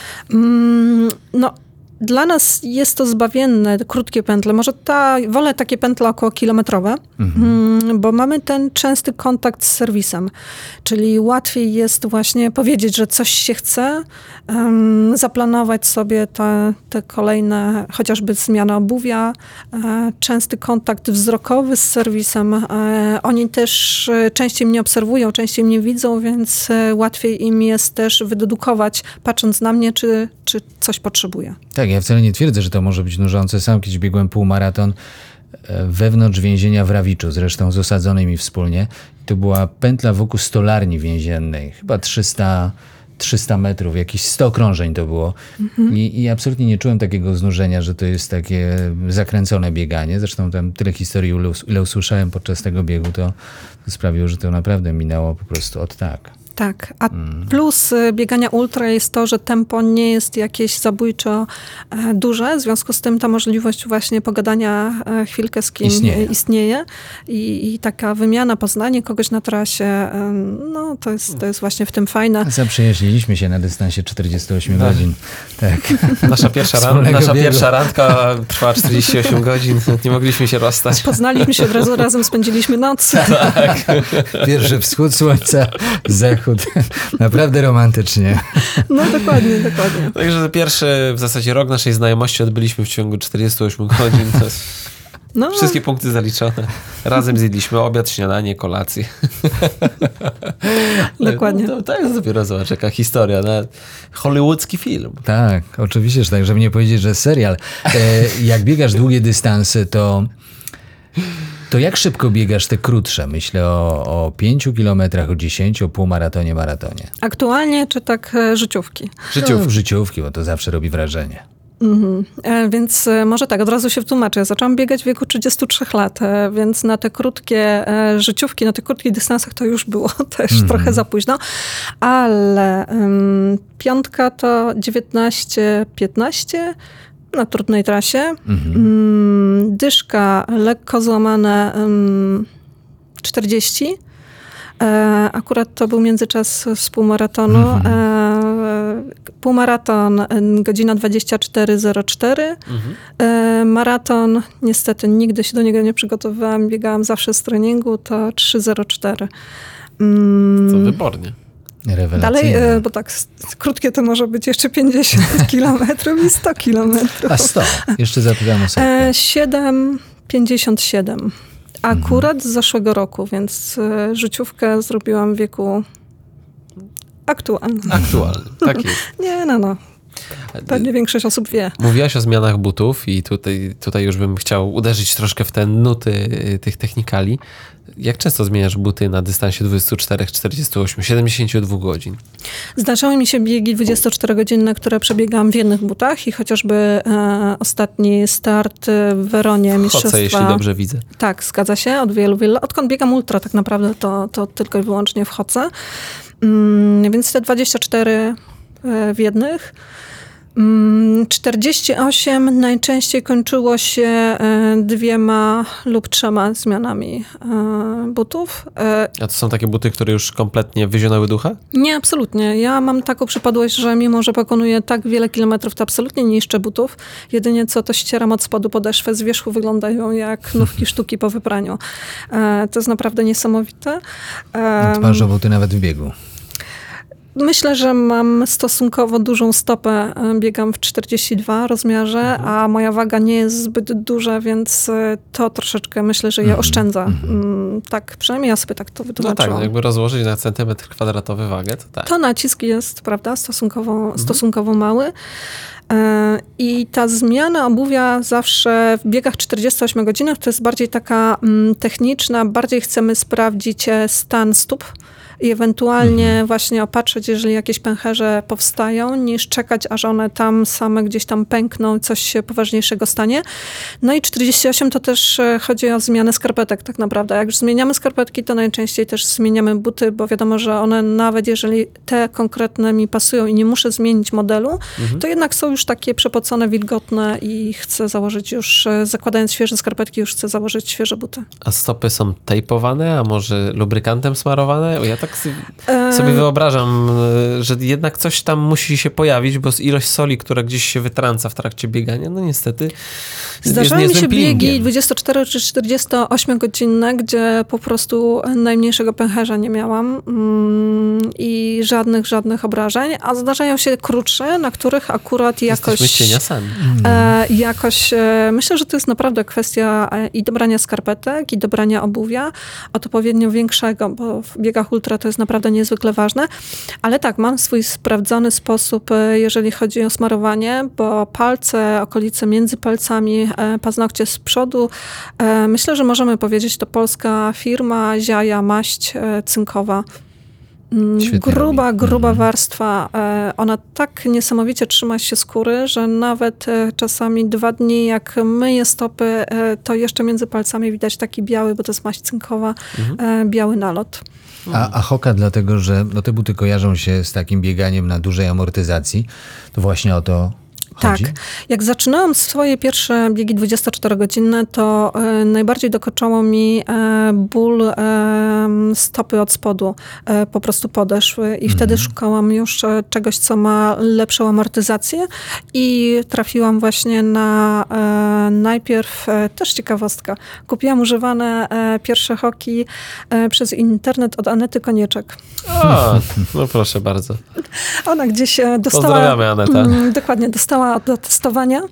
Mm, no, dla nas jest to zbawienne, krótkie pętle. Może ta, wolę takie pętle około kilometrowe, mhm. bo mamy ten częsty kontakt z serwisem. Czyli łatwiej jest właśnie powiedzieć, że coś się chce, um, zaplanować sobie te, te kolejne, chociażby zmiana obuwia, e, częsty kontakt wzrokowy z serwisem. E, oni też częściej mnie obserwują, częściej mnie widzą, więc łatwiej im jest też wydedukować, patrząc na mnie, czy, czy coś potrzebuję. Tak, ja wcale nie twierdzę, że to może być nużące. Sam kiedyś biegłem półmaraton wewnątrz więzienia w Rawiczu, zresztą z osadzonej mi wspólnie. To była pętla wokół stolarni więziennej, chyba trzysta, trzysta metrów, jakieś sto okrążeń to było. Mhm. I, I absolutnie nie czułem takiego znużenia, że to jest takie zakręcone bieganie. Zresztą tam tyle historii, ile usłyszałem podczas tego biegu, to, to sprawiło, że to naprawdę minęło po prostu od tak. Tak, a plus biegania ultra jest to, że tempo nie jest jakieś zabójczo duże, w związku z tym ta możliwość właśnie pogadania chwilkę z kim istnieje, istnieje. I, i taka wymiana, poznanie kogoś na trasie, no to jest, to jest właśnie w tym fajne. Zaprzyjaźniliśmy się na dystansie czterdzieści osiem tak. godzin. Tak. Nasza, pierwsza, ran, nasza pierwsza randka trwała czterdzieści osiem godzin, nie mogliśmy się rozstać. Poznaliśmy się od razu, razem spędziliśmy noc. Tak. Pierwszy wschód słońca, zachód. Naprawdę romantycznie. No dokładnie, dokładnie. Także pierwszy w zasadzie rok naszej znajomości odbyliśmy w ciągu czterdziestu ośmiu godzin. To jest no. Wszystkie punkty zaliczone. Razem zjedliśmy obiad, śniadanie, kolację. Dokładnie. No, to, to jest dopiero, zobacz, jaka historia. Na hollywoodzki film. Tak, oczywiście, że tak, żeby nie powiedzieć, że serial. E, jak biegasz długie dystanse, to... To jak szybko biegasz te krótsze? Myślę o, o pięciu kilometrach, o dziesięciu, o półmaratonie, maratonie. Aktualnie czy tak życiówki? Życiówki. No, życiówki, bo to zawsze robi wrażenie. Mhm. E, więc e, może tak, od razu się wtłumaczę. Ja zaczęłam biegać w wieku trzydziestu trzech lat, e, więc na te krótkie e, życiówki, na tych krótkich dystansach to już było też mhm. trochę za późno. Ale ym, piątka to dziewiętnaście piętnaście na trudnej trasie. Mhm. Ym, dyszka lekko złamane ym, czterdzieści. E, akurat to był międzyczas z półmaratonu. Mhm. E, półmaraton godzina dwadzieścia cztery zero cztery. Mhm. E, maraton, niestety nigdy się do niego nie przygotowywałam, biegałam zawsze z treningu, to trzy zero cztery. Mm. To wybornie. Dalej, e, bo tak krótkie to może być jeszcze pięćdziesiąt kilometrów i sto kilometrów. A sto? Jeszcze zapytam o setkę. E, siedem pięćdziesiąt siedem. Akurat mhm. z zeszłego roku, więc y, życiówkę zrobiłam w wieku aktualnym. Aktualnym, tak jest. Nie, no, no. Pewnie większość osób wie. Mówiłaś o zmianach butów i tutaj, tutaj już bym chciał uderzyć troszkę w te nuty y, tych technikali. Jak często zmieniasz buty na dystansie dwudziestu czterech, czterdziestu ośmiu, siedemdziesięciu dwóch godzin? Zdarzały mi się biegi dwudziestoczterogodzinne, które przebiegałam w jednych butach i chociażby e, ostatni start w Weronie mistrzostwa. Choce, jeśli dobrze widzę. Tak, zgadza się. Od wielu, wielu lat. Odkąd biegam ultra tak naprawdę, to, to tylko i wyłącznie w Choce. Mm, więc te dwadzieścia cztery w jednych. czterdzieści osiem najczęściej kończyło się dwiema lub trzema zmianami butów. A to są takie buty, które już kompletnie wyzionęły ducha? Nie, absolutnie. Ja mam taką przypadłość, że mimo, że pokonuję tak wiele kilometrów, to absolutnie nie niszczę butów. Jedynie co, to ścieram od spodu podeszwę. Z wierzchu wyglądają jak nówki sztuki po wypraniu. To jest naprawdę niesamowite. Dbasz o buty nawet w biegu. Myślę, że mam stosunkowo dużą stopę. Biegam w czterdzieści dwa rozmiarze, mhm. a moja waga nie jest zbyt duża, więc to troszeczkę myślę, że je mhm. oszczędza. Mhm. Tak, przynajmniej ja sobie tak to wytłumaczyłam. No tak, jakby rozłożyć na centymetr kwadratowy wagę, to tak. To nacisk jest, prawda, stosunkowo, mhm. stosunkowo mały. I ta zmiana obuwia zawsze w biegach czterdziestu ośmiu godzinach to jest bardziej taka mm, techniczna, bardziej chcemy sprawdzić stan stóp i ewentualnie mhm. właśnie opatrzyć, jeżeli jakieś pęcherze powstają, niż czekać, aż one tam same gdzieś tam pękną i coś się poważniejszego stanie. No i czterdzieści osiem to też chodzi o zmianę skarpetek tak naprawdę. Jak już zmieniamy skarpetki, to najczęściej też zmieniamy buty, bo wiadomo, że one nawet jeżeli te konkretne mi pasują i nie muszę zmienić modelu, mhm. to jednak są już takie przepocone, wilgotne i chcę założyć już, zakładając świeże skarpetki, już chcę założyć świeże buty. A stopy są tejpowane, a może lubrykantem smarowane? Ja tak sobie wyobrażam, że jednak coś tam musi się pojawić, bo ilość soli, która gdzieś się wytrąca w trakcie biegania, no niestety Zdarzały mi się peelingiem. biegi dwudziesto-cztery czy czterdziestoośmiogodzinne, gdzie po prostu najmniejszego pęcherza nie miałam mm, i żadnych, żadnych obrażeń, a zdarzają się krótsze, na których akurat jakoś... Jesteśmy cieniasami. E, jakoś, e, myślę, że to jest naprawdę kwestia e, i dobrania skarpetek, i dobrania obuwia, odpowiednio większego, bo w biegach ultra to jest naprawdę niezwykle ważne. Ale tak, mam swój sprawdzony sposób, jeżeli chodzi o smarowanie, bo palce, okolice między palcami, paznokcie z przodu, myślę, że możemy powiedzieć, to polska firma Ziaja Maść Cynkowa. Świetnie gruba, robi. gruba mhm. warstwa. Ona tak niesamowicie trzyma się skóry, że nawet czasami dwa dni, jak myję stopy, to jeszcze między palcami widać taki biały, bo to jest maść cynkowa, mhm. biały nalot. A, a Hoka dlatego, że no te buty kojarzą się z takim bieganiem na dużej amortyzacji, to właśnie o to chodzi? Tak. Jak zaczynałam swoje pierwsze biegi dwudziestoczterogodzinne, to e, najbardziej dokuczało mi e, ból e, stopy od spodu, e, po prostu podeszły i mm. wtedy szukałam już e, czegoś, co ma lepszą amortyzację i trafiłam właśnie na e, najpierw, e, też ciekawostka, kupiłam używane e, pierwsze Hoki e, przez internet od Anety Konieczek. O, no proszę bardzo. Ona gdzieś dostała... Pozdrawiamy Anetę. Mm, dokładnie, dostała do testowania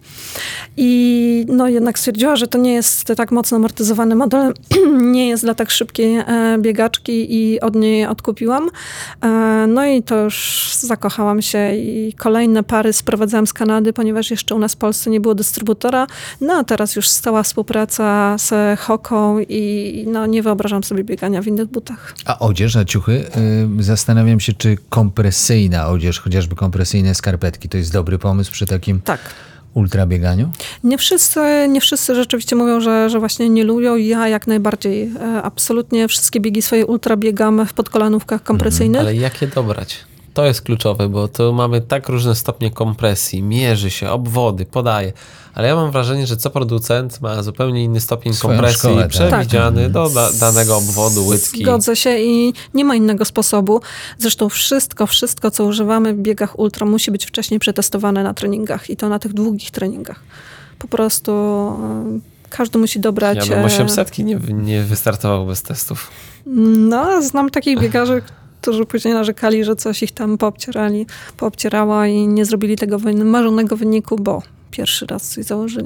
i no jednak stwierdziła, że to nie jest tak mocno amortyzowany model, nie jest dla tak szybkiej e, biegaczki i od niej odkupiłam. E, no i to już zakochałam się i kolejne pary sprowadzałam z Kanady, ponieważ jeszcze u nas w Polsce nie było dystrybutora. No a teraz już stała współpraca z Hoką i no nie wyobrażam sobie biegania w innych butach. A odzież, a ciuchy? Yy, zastanawiam się, czy kompresyjna odzież, chociażby kompresyjne skarpetki, to jest dobry pomysł przy takim tak. ultrabieganiu? Nie wszyscy, nie wszyscy rzeczywiście mówią, że, że właśnie nie lubią. Ja jak najbardziej. Absolutnie wszystkie biegi swoje ultra biegam w podkolanówkach kompresyjnych. Ale jak je dobrać? To jest kluczowe, bo tu mamy tak różne stopnie kompresji, mierzy się, obwody, podaje. Ale ja mam wrażenie, że co producent ma zupełnie inny stopień Swoją kompresji szkołę, tak. przewidziany tak. do da- danego obwodu, łydki. Zgodzę się i nie ma innego sposobu. Zresztą wszystko, wszystko, co używamy w biegach ultra, musi być wcześniej przetestowane na treningach i to na tych długich treningach. Po prostu każdy musi dobrać... Ja bym osiemsetki nie, nie wystartował bez testów. No, znam takich biegarzy, którzy później narzekali, że coś ich tam poobcierali, poobcierało i nie zrobili tego marzonego wyniku, bo pierwszy raz coś założyli.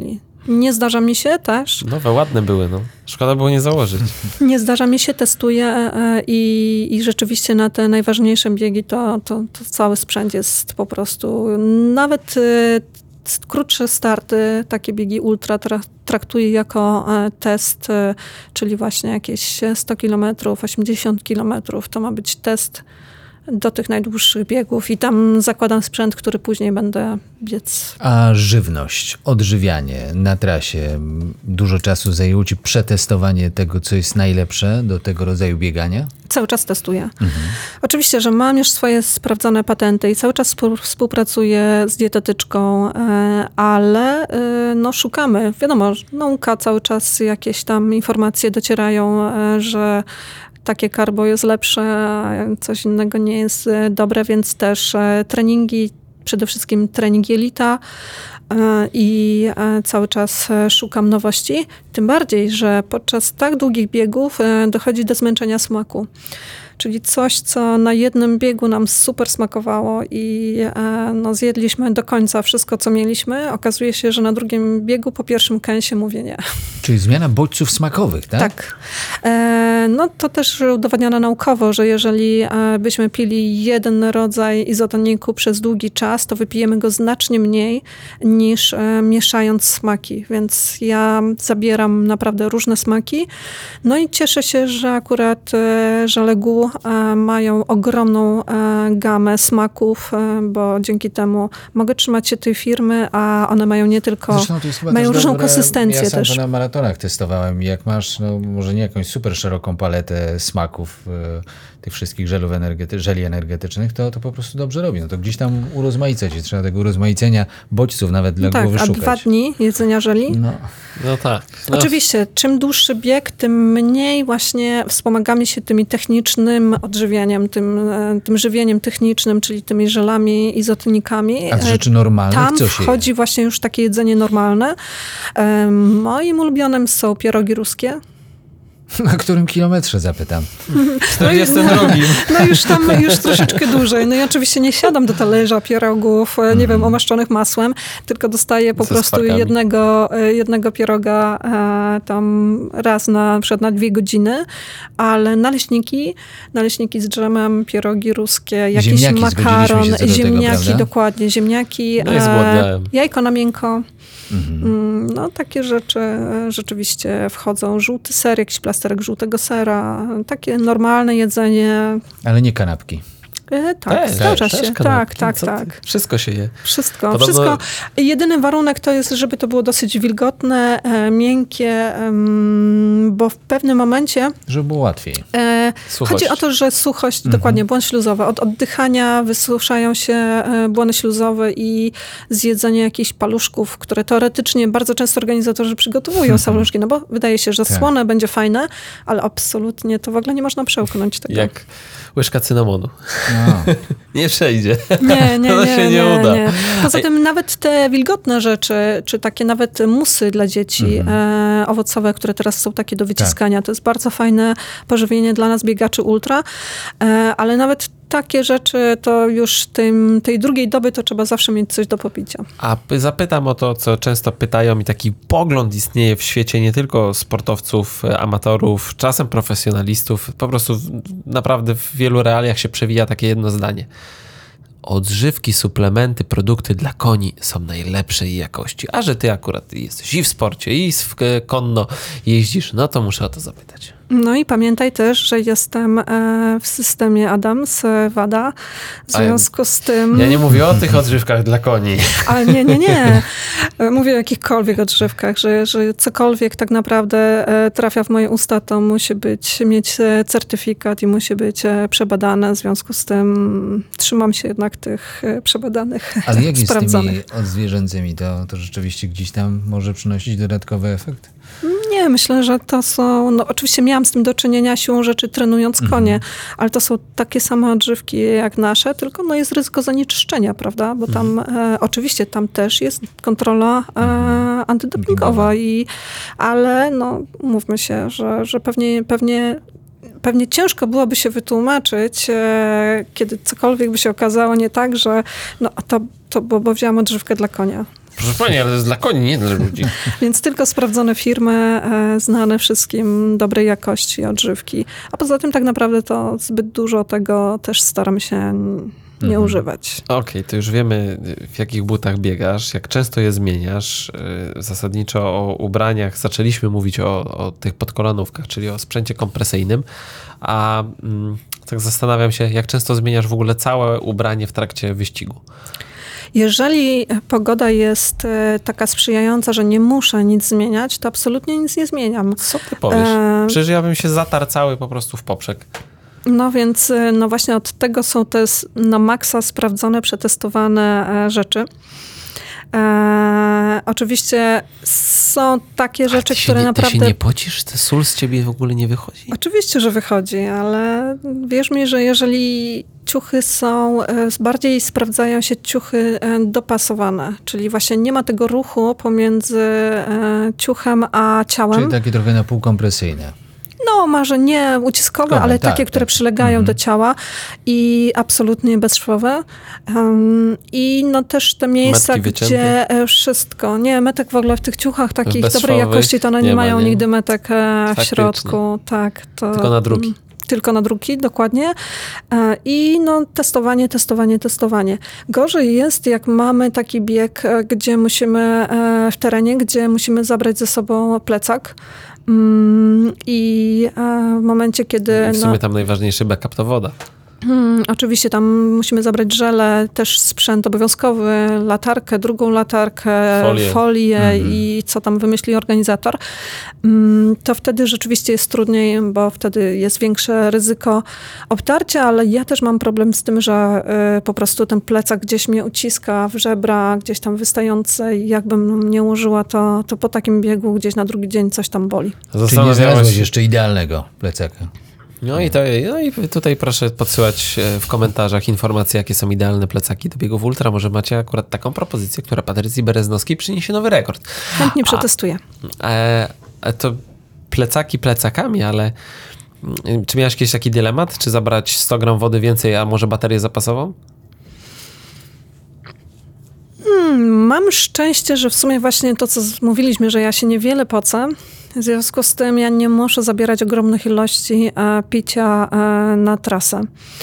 Nie zdarza mi się też. Nowe, ładne były, no. Szkoda było nie założyć. Nie zdarza mi się, testuję e, i, i rzeczywiście na te najważniejsze biegi to, to, to cały sprzęt jest po prostu, nawet e, krótsze starty, takie biegi ultra tra, traktuję jako e, test, e, czyli właśnie jakieś sto kilometrów, osiemdziesiąt kilometrów. To ma być test do tych najdłuższych biegów i tam zakładam sprzęt, który później będę biec. A żywność, odżywianie na trasie, dużo czasu zajęło ci przetestowanie tego, co jest najlepsze do tego rodzaju biegania? Cały czas testuję. Mhm. Oczywiście, że mam już swoje sprawdzone patenty i cały czas współpracuję z dietetyczką, ale no szukamy. Wiadomo, nauka cały czas jakieś tam informacje docierają, że takie karbo jest lepsze, a coś innego nie jest dobre, więc też treningi, przede wszystkim trening jelita i cały czas szukam nowości. Tym bardziej, że podczas tak długich biegów dochodzi do zmęczenia smaku. Czyli coś, co na jednym biegu nam super smakowało i no, zjedliśmy do końca wszystko, co mieliśmy. Okazuje się, że na drugim biegu po pierwszym kęsie mówię nie. Czyli zmiana bodźców smakowych, tak? Tak. E, no to też udowodniono naukowo, że jeżeli e, byśmy pili jeden rodzaj izotoniku przez długi czas, to wypijemy go znacznie mniej niż e, mieszając smaki. Więc ja zabieram naprawdę różne smaki. No i cieszę się, że akurat e, żele Gu e, mają ogromną e, gamę smaków, e, bo dzięki temu mogę trzymać się tej firmy, a one mają nie tylko, Zresztą to jest chyba mają też różną dobre, konsystencję ja sam też. to na maratonach testowałem i jak masz, no może nie jakąś super szeroką paletę smaków y, tych wszystkich żelów energety- żeli energetycznych, to, to po prostu dobrze robi. No to gdzieś tam urozmaica się, trzeba tego urozmaicenia bodźców nawet dla Tak, głowy a szukać. dwa dni jedzenia żeli? No. No tak. No. Oczywiście, czym dłuższy bieg, tym mniej właśnie wspomagamy się tymi technicznym odżywianiem, tym, e, tym żywieniem technicznym, czyli tymi żelami, izotonikami. A z rzeczy normalnych Tam co się wchodzi je? właśnie już takie jedzenie normalne. E, moim ulubionym są pierogi ruskie. Na którym kilometrze zapytam? czterdziestym drugim. No już tam już troszeczkę dłużej. No i oczywiście nie siadam do talerza pierogów, nie mm. wiem, omaszczonych masłem, tylko dostaję po Ze prostu sparkami. jednego, jednego pieroga e, tam raz na, przed na dwie godziny, ale naleśniki, naleśniki z dżemem, pierogi ruskie, jakiś Ziemniaki, makaron, zgodziliśmy się co do tego, ziemniaki, prawda? dokładnie, ziemniaki, No i zgłodniałem. jajko na miękko. Mhm. No takie rzeczy e, rzeczywiście wchodzą. Żółty ser, jakiś plasterek żółtego sera, takie normalne jedzenie. Ale nie kanapki. E, tak, Też, zdarza też się. Tak, kanapki. tak, Co ty? tak. Wszystko się je. Wszystko, Podobno- wszystko. Jedyny warunek to jest, żeby to było dosyć wilgotne, e, miękkie, em, bo w pewnym momencie Żeby było łatwiej. e, Suchość. chodzi o to, że suchość, Mhm. dokładnie, błon śluzowy. Od oddychania wysuszają się e, błony śluzowe i zjedzenie jakichś paluszków, które teoretycznie bardzo często organizatorzy przygotowują paluszki, no bo wydaje się, że Tak. słone będzie fajne, ale absolutnie to w ogóle nie można przełknąć tego. Jak łyżka cynamonu. No. Nie przejdzie. Nie, nie, To nie, się nie nie, uda. nie. Poza A- tym nawet te wilgotne rzeczy, czy takie nawet musy dla dzieci e, owocowe, które teraz są takie do wyciskania, to jest bardzo fajne pożywienie dla nas biegaczy ultra, e, ale nawet takie rzeczy to już tym, tej drugiej doby to trzeba zawsze mieć coś do popicia. A py- zapytam o to, co często pytają i taki pogląd istnieje w świecie nie tylko sportowców, e, amatorów, czasem profesjonalistów. Po prostu w, naprawdę w wielu realiach się przewija takie jedno zdanie. Odżywki, suplementy, produkty dla koni są najlepszej jakości. A że ty akurat jesteś i w sporcie, i w, konno jeździsz, no to muszę o to zapytać. No i pamiętaj też, że jestem e, w systemie Adams, e, WADA, w A ja- związku z tym... Ja nie mówię o tych odżywkach dla koni. Ale nie, nie, nie. Mówię o jakichkolwiek odżywkach, że, że cokolwiek tak naprawdę e, trafia w moje usta, to musi być, mieć e, certyfikat i musi być e, przebadane. W związku z tym trzymam się jednak tych e, przebadanych, Ale jak jest z sprawdzonych. tymi odzwierzęcymi? To, to rzeczywiście gdzieś tam może przynosić dodatkowy efekt? Nie, myślę, że to są... No, oczywiście miałam z tym do czynienia siłą rzeczy trenując konie, ale to są takie same odżywki jak nasze, tylko no, jest ryzyko zanieczyszczenia, prawda? Bo tam e, oczywiście tam też jest kontrola e, antydopingowa, i, ale no, mówmy się, że, że pewnie, pewnie Pewnie ciężko byłoby się wytłumaczyć, e, kiedy cokolwiek by się okazało nie tak, że no, to, to bo, bo wzięłam odżywkę dla konia. Proszę pani, ale to jest dla koni, nie dla ludzi. Więc tylko sprawdzone firmy, e, znane wszystkim, dobrej jakości odżywki. A poza tym tak naprawdę to zbyt dużo tego też staram się nie Mhm. używać. Okej, okay, to już wiemy, w jakich butach biegasz, jak często je zmieniasz. Yy, Zasadniczo o ubraniach zaczęliśmy mówić o, o tych podkolanówkach, czyli o sprzęcie kompresyjnym, a mm, tak zastanawiam się, jak często zmieniasz w ogóle całe ubranie w trakcie wyścigu? Jeżeli pogoda jest e, taka sprzyjająca, że nie muszę nic zmieniać, to absolutnie nic nie zmieniam. Co ty powiesz? E, Przecież ja bym się zatarł cały po prostu w poprzek. No więc, e, no właśnie od tego są te s- na maksa sprawdzone, przetestowane e, rzeczy. E, oczywiście są takie rzeczy, A ty się które nie, naprawdę... Ty się nie pocisz? Ten sól z ciebie w ogóle nie wychodzi? Oczywiście, że wychodzi, ale wierz mi, że jeżeli ciuchy są, e, bardziej sprawdzają się ciuchy e, dopasowane, czyli właśnie nie ma tego ruchu pomiędzy e, ciuchem a ciałem. Czyli takie trochę na pół kompresyjne. No, może nie uciskowe, Kowe, ale tak, takie, które tak. przylegają Mhm. do ciała i absolutnie bezszwowe. Um, I no też te miejsca, Metki wycięte? gdzie e, wszystko, nie, metek w ogóle w tych ciuchach takich dobrej Bezszwowych jakości, to one nie, nie ma, mają nie? nigdy metek e, w Faktycznie. środku. Tak, to, Tylko na druki. mm, Tylko na druki, dokładnie. E, I no testowanie, testowanie, testowanie. Gorzej jest, jak mamy taki bieg, e, gdzie musimy e, w terenie, gdzie musimy zabrać ze sobą plecak. Mm, I e, w momencie, kiedy... I w sumie no, tam najważniejszy backup to woda. mm, oczywiście tam musimy zabrać żele, też sprzęt obowiązkowy, latarkę, drugą latarkę, Folię. folię Mhm. i co tam wymyśli organizator, mm, to wtedy rzeczywiście jest trudniej, bo wtedy jest większe ryzyko obtarcia, ale ja też mam problem z tym, że y, po prostu ten plecak gdzieś mnie uciska w żebra, gdzieś tam wystające i jakbym nie ułożyła, to, to po takim biegu gdzieś na drugi dzień coś tam boli. Czyli nie Zastanawiałaś znalazłeś się- jeszcze idealnego plecaka. No i, to, no i tutaj proszę podsyłać e, w komentarzach informacje, jakie są idealne plecaki do biegów ultra. Może macie akurat taką propozycję, która Patrycji Bereznowskiej przyniesie nowy rekord. Chętnie A- przetestuję. E, e, to plecaki plecakami, ale mm, czy miałeś jakiś taki dylemat? Czy zabrać sto gram wody więcej, a może baterię zapasową? Hmm, mam szczęście, że w sumie właśnie to, co z- mówiliśmy, że ja się niewiele pocę. W związku z tym ja nie muszę zabierać ogromnych ilości e, picia e, na trasę.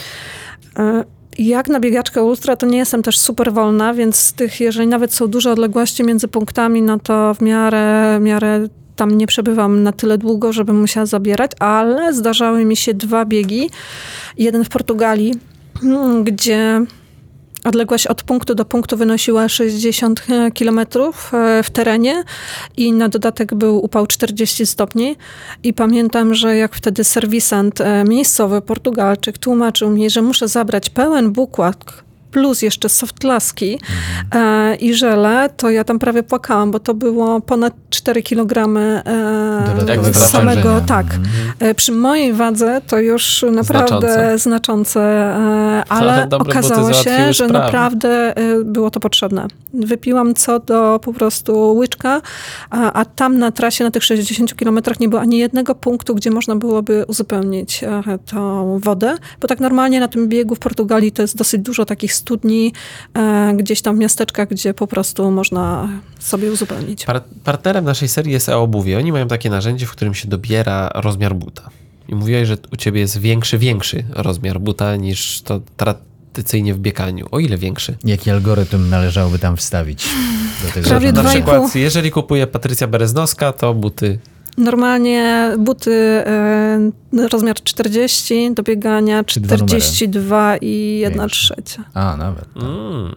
E, jak na biegaczkę ultra, to nie jestem też super wolna, więc z tych, jeżeli nawet są duże odległości między punktami, no to w miarę, w miarę tam nie przebywam na tyle długo, żebym musiała zabierać, ale zdarzały mi się dwa biegi. Jeden w Portugalii, mm, gdzie odległość od punktu do punktu wynosiła sześćdziesiąt kilometrów w terenie i na dodatek był upał czterdzieści stopni. I pamiętam, że jak wtedy serwisant e, miejscowy, Portugalczyk, tłumaczył mi, że muszę zabrać pełen bukłak plus jeszcze softlaski e, i żele, to ja tam prawie płakałam, bo to było ponad cztery kilogramy e, Dodatkowego samego, obciążenia. tak. E, przy mojej wadze to już naprawdę Znaczące. znaczące, e, ale Ale dobre buty okazało załatwiły się, że sprawę. naprawdę e, było to potrzebne. Wypiłam co do po prostu łyczka, a, a tam na trasie, na tych sześćdziesięciu kilometrach nie było ani jednego punktu, gdzie można byłoby uzupełnić e, tą wodę, bo tak normalnie na tym biegu w Portugalii to jest dosyć dużo takich studni, e, gdzieś tam w miasteczkach, gdzie po prostu można sobie uzupełnić. Par- partnerem naszej serii jest e-obuwie. Oni mają takie narzędzie, w którym się dobiera rozmiar buta. I mówiłeś, że u ciebie jest większy, większy rozmiar buta niż to tradycyjnie w bieganiu. O ile większy? Jaki algorytm należałoby tam wstawić do tego? Prawie Na dwa i przykład, pół. jeżeli kupuje Patrycja Bereznowska, to buty Normalnie buty e, rozmiar czterdzieści, do biegania Czy dwa numery. czterdzieści dwa i jedna Większe. trzecia. A, nawet. Mm.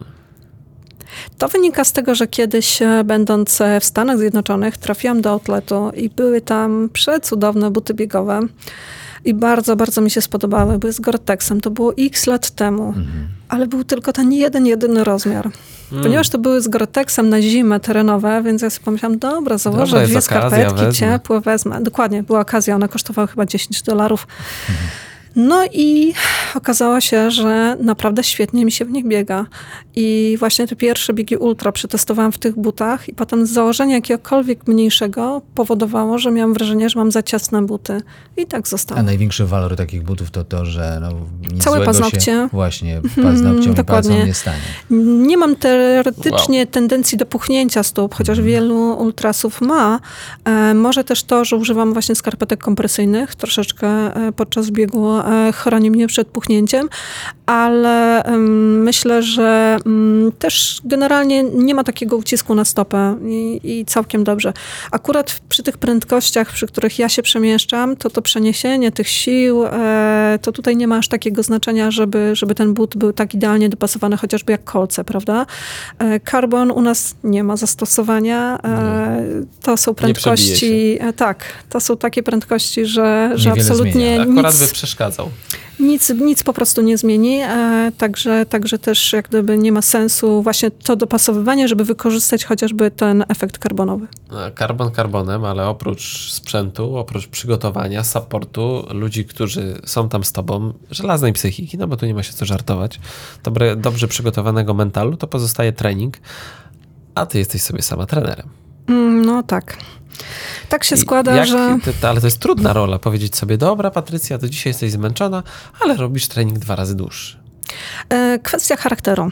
To wynika z tego, że kiedyś e, będąc e, w Stanach Zjednoczonych trafiłam do outletu i były tam przecudowne buty biegowe i bardzo, bardzo mi się spodobały. Były z Gore-Texem. To było x lat temu, ale był tylko ten jeden, jedyny rozmiar. Ponieważ to były z Gore-Texem na zimę terenowe, więc ja sobie pomyślałam, dobra, założę Dobra, jest dwie okazja, skarpetki wezmę. ciepłe, wezmę. Dokładnie, była okazja, one kosztowały chyba dziesięć dolarów. No i okazało się, że naprawdę świetnie mi się w nich biega. I właśnie te pierwsze biegi ultra przetestowałam w tych butach i potem założenie jakiegokolwiek mniejszego powodowało, że miałam wrażenie, że mam za ciasne buty. I tak zostało. A największy walor takich butów to to, że no, nic Całe złego paznokcie. się właśnie paznokciom i dokładnie. palcom nie stanie. Nie mam teoretycznie Wow. tendencji do puchnięcia stóp, chociaż wielu ultrasów ma. E, może też to, że używam właśnie skarpetek kompresyjnych, troszeczkę e, podczas biegu e, chroni mnie przed puchnięciem, ale em, myślę, że em, też generalnie nie ma takiego ucisku na stopę i, i całkiem dobrze. Akurat w- przy tych prędkościach, przy których ja się przemieszczam, to to przeniesienie tych sił, e, to tutaj nie ma aż takiego znaczenia, żeby, żeby ten but był tak idealnie dopasowany, chociażby jak kolce, prawda? E, Carbon u nas nie ma zastosowania. E, to są przebije prędkości, e, tak, to są takie prędkości, że, że Niewiele absolutnie zmienia. Akurat by nic, przeszkadzał. nic, nic po prostu nie zmieni, e, także, także też jak gdyby nie ma sensu właśnie to dopasowywanie, żeby wykorzystać chociażby ten efekt karbonowy. Karbon karbonem, ale oprócz sprzętu, oprócz przygotowania, supportu, ludzi, którzy są tam z tobą, żelaznej psychiki, no bo tu nie ma się co żartować, dobre, dobrze przygotowanego mentalu, to pozostaje trening, a ty jesteś sobie sama trenerem. Mm, No tak. Tak się I składa, jak, że... ty, ale to jest trudna rola, powiedzieć sobie, dobra Patrycja, to dzisiaj jesteś zmęczona, ale robisz trening dwa razy dłuższy. E, Kwestia charakteru.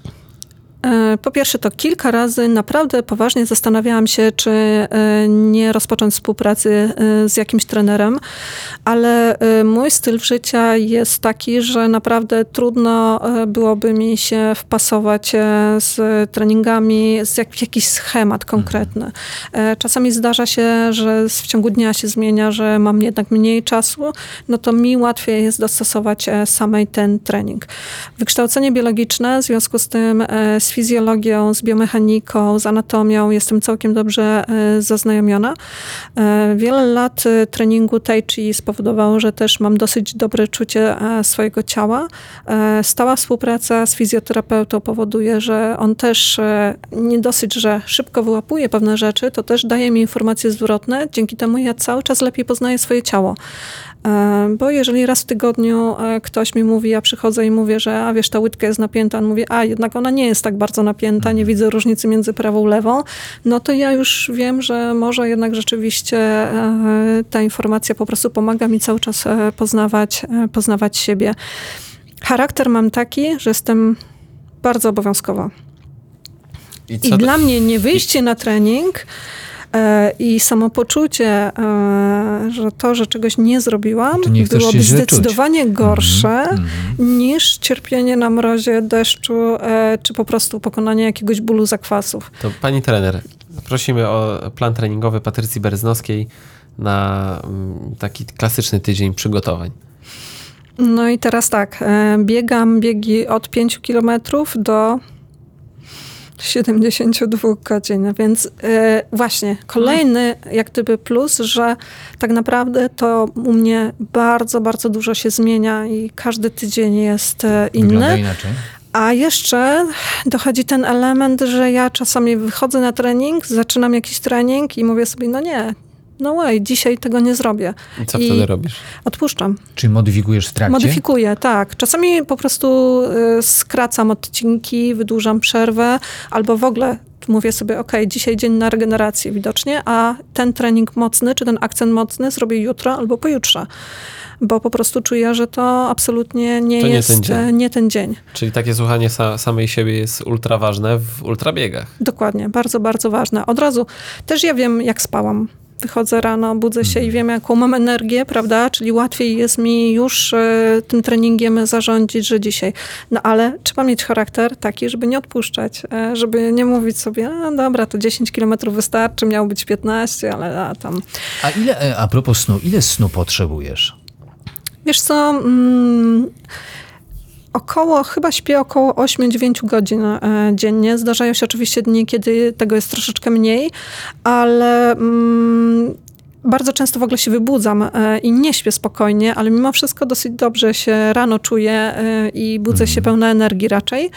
E, Po pierwsze, to kilka razy naprawdę poważnie zastanawiałam się, czy e, nie rozpocząć współpracy e, z jakimś trenerem, ale e, mój styl życia jest taki, że naprawdę trudno e, byłoby mi się wpasować e, z treningami, z jak, jakiś schemat konkretny. E, Czasami zdarza się, że w ciągu dnia się zmienia, że mam jednak mniej czasu, no to mi łatwiej jest dostosować e, samej ten trening. Wykształcenie biologiczne, w związku z tym e, z fizjologią, z biomechaniką, z anatomią jestem całkiem dobrze e, zaznajomiona. E, Wiele lat e, treningu tai chi spowodowało, że też mam dosyć dobre czucie e, swojego ciała. E, Stała współpraca z fizjoterapeutą powoduje, że on też e, nie dosyć, że szybko wyłapuje pewne rzeczy, to też daje mi informacje zwrotne. Dzięki temu ja cały czas lepiej poznaję swoje ciało. E, Bo jeżeli raz w tygodniu e, ktoś mi mówi, ja przychodzę i mówię, że a wiesz, ta łydka jest napięta, on mówi, a jednak ona nie jest tak bardzo napięta, nie widzę różnicy między prawą, lewą, no to ja już wiem, że może jednak rzeczywiście e, ta informacja po prostu pomaga mi cały czas e, poznawać, e, poznawać siebie. Charakter mam taki, że jestem bardzo obowiązkowa. I co dla mnie nie wyjście na trening e, i samopoczucie, e, że to, że czegoś nie zrobiłam, Czy nie chcesz byłoby się źle czuć? zdecydowanie gorsze Mhm. niż cierpienie na mrozie, deszczu, e, czy po prostu pokonanie jakiegoś bólu zakwasów. To pani trener, prosimy o plan treningowy Patrycji Bereznowskiej na mm, taki klasyczny tydzień przygotowań. No i teraz tak, e, biegam biegi od pięciu kilometrów do siedemdziesiąt dwa godzin, więc e, właśnie kolejny jak gdyby plus, że tak naprawdę to u mnie bardzo, bardzo dużo się zmienia i każdy tydzień jest e, Wygląda inny. inaczej. A jeszcze dochodzi ten element, że ja czasami wychodzę na trening, zaczynam jakiś trening i mówię sobie, no nie, no way, dzisiaj tego nie zrobię. I co I wtedy robisz? Odpuszczam. Czy modyfikujesz w trakcie? Modyfikuję, tak. Czasami po prostu y, skracam odcinki, wydłużam przerwę, albo w ogóle mówię sobie, ok, dzisiaj dzień na regenerację widocznie, a ten trening mocny, czy ten akcent mocny zrobię jutro albo pojutrze. Bo po prostu czuję, że to absolutnie nie To nie jest ten dzień. e, nie ten dzień. Czyli takie słuchanie sa- samej siebie jest ultra ważne w ultrabiegach. Dokładnie, bardzo, bardzo ważne. Od razu też ja wiem, jak spałam. Wychodzę rano, budzę się i wiem, jaką mam energię, prawda? Czyli łatwiej jest mi już e, tym treningiem zarządzić, że dzisiaj. No ale trzeba mieć charakter taki, żeby nie odpuszczać, e, żeby nie mówić sobie, a dobra, to dziesięć kilometrów wystarczy, miało być piętnaście, ale a tam... A ile, e, a propos snu, ile snu potrzebujesz? Wiesz co... Mm, Około, chyba śpię około osiem do dziewięciu godzin e, dziennie. Zdarzają się oczywiście dni, kiedy tego jest troszeczkę mniej, ale mm, bardzo często w ogóle się wybudzam e, i nie śpię spokojnie, ale mimo wszystko dosyć dobrze się rano czuję e, i budzę się pełna energii raczej.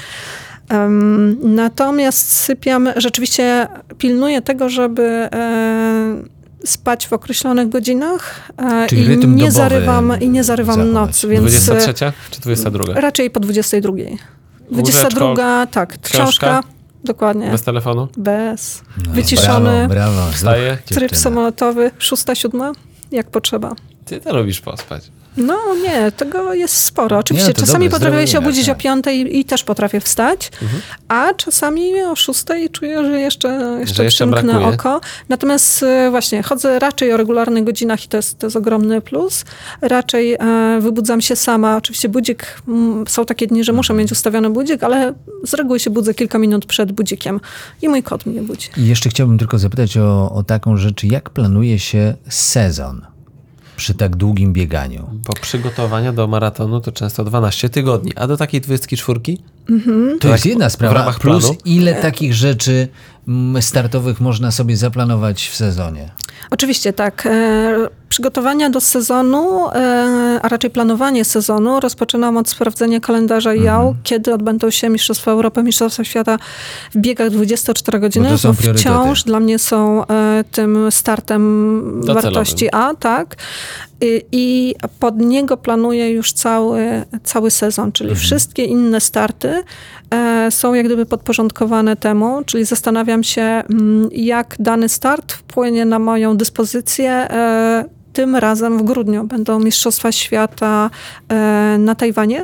Um, natomiast sypiam, rzeczywiście pilnuję tego, żeby e, spać w określonych godzinach e, Czyli i rytm nie dobowy zarywam i nie zarywam zachować. nocy, więc dwudziesta trzecia czy dwudziesta druga? raczej po dwudziestej drugiej. dwudziesta druga, tak, książka, książka? dokładnie. Bez telefonu? Bez. No, Wyciszony, Brawo, brawo. Wstaje. Znów tryb dziewczyna. samolotowy, szósta, siódma, jak potrzeba. Ty to lubisz pospać. No nie, tego jest sporo. Oczywiście Nie, to czasami dobre, potrafię zdrowy się wymiar, obudzić tak. o piątej i też potrafię wstać, Mhm. a czasami o szóstej czuję, że jeszcze, jeszcze Że jeszcze przymknę brakuje. oko. Natomiast e, właśnie chodzę raczej o regularnych godzinach i to jest, to jest ogromny plus. Raczej e, wybudzam się sama. Oczywiście budzik, m, są takie dni, że muszę mieć ustawiony budzik, ale z reguły się budzę kilka minut przed budzikiem i mój kot mnie budzi. I jeszcze chciałbym tylko zapytać o, o taką rzecz, jak planuje się sezon przy tak długim bieganiu? Bo przygotowania do maratonu to często dwanaście tygodni, a do takiej dwudziestki czwórki? To jest jedna w sprawa, ramach plus planu? ile takich rzeczy mm, startowych można sobie zaplanować w sezonie? Oczywiście tak. E, przygotowania do sezonu, e, a raczej planowanie sezonu rozpoczynam od sprawdzenia kalendarza I A U, kiedy odbędą się Mistrzostwa Europy, Mistrzostwa Świata w biegach dwudziesto cztery godziny, Bo to są bo priorytety. wciąż dla mnie są e, tym startem Docelowym. wartości A, tak. I, I pod niego planuję już cały, cały sezon, czyli wszystkie inne starty e, są jak gdyby podporządkowane temu, czyli zastanawiam się, mm, jak dany start wpłynie na moją dyspozycję. E, tym razem w grudniu będą Mistrzostwa Świata e, na Tajwanie.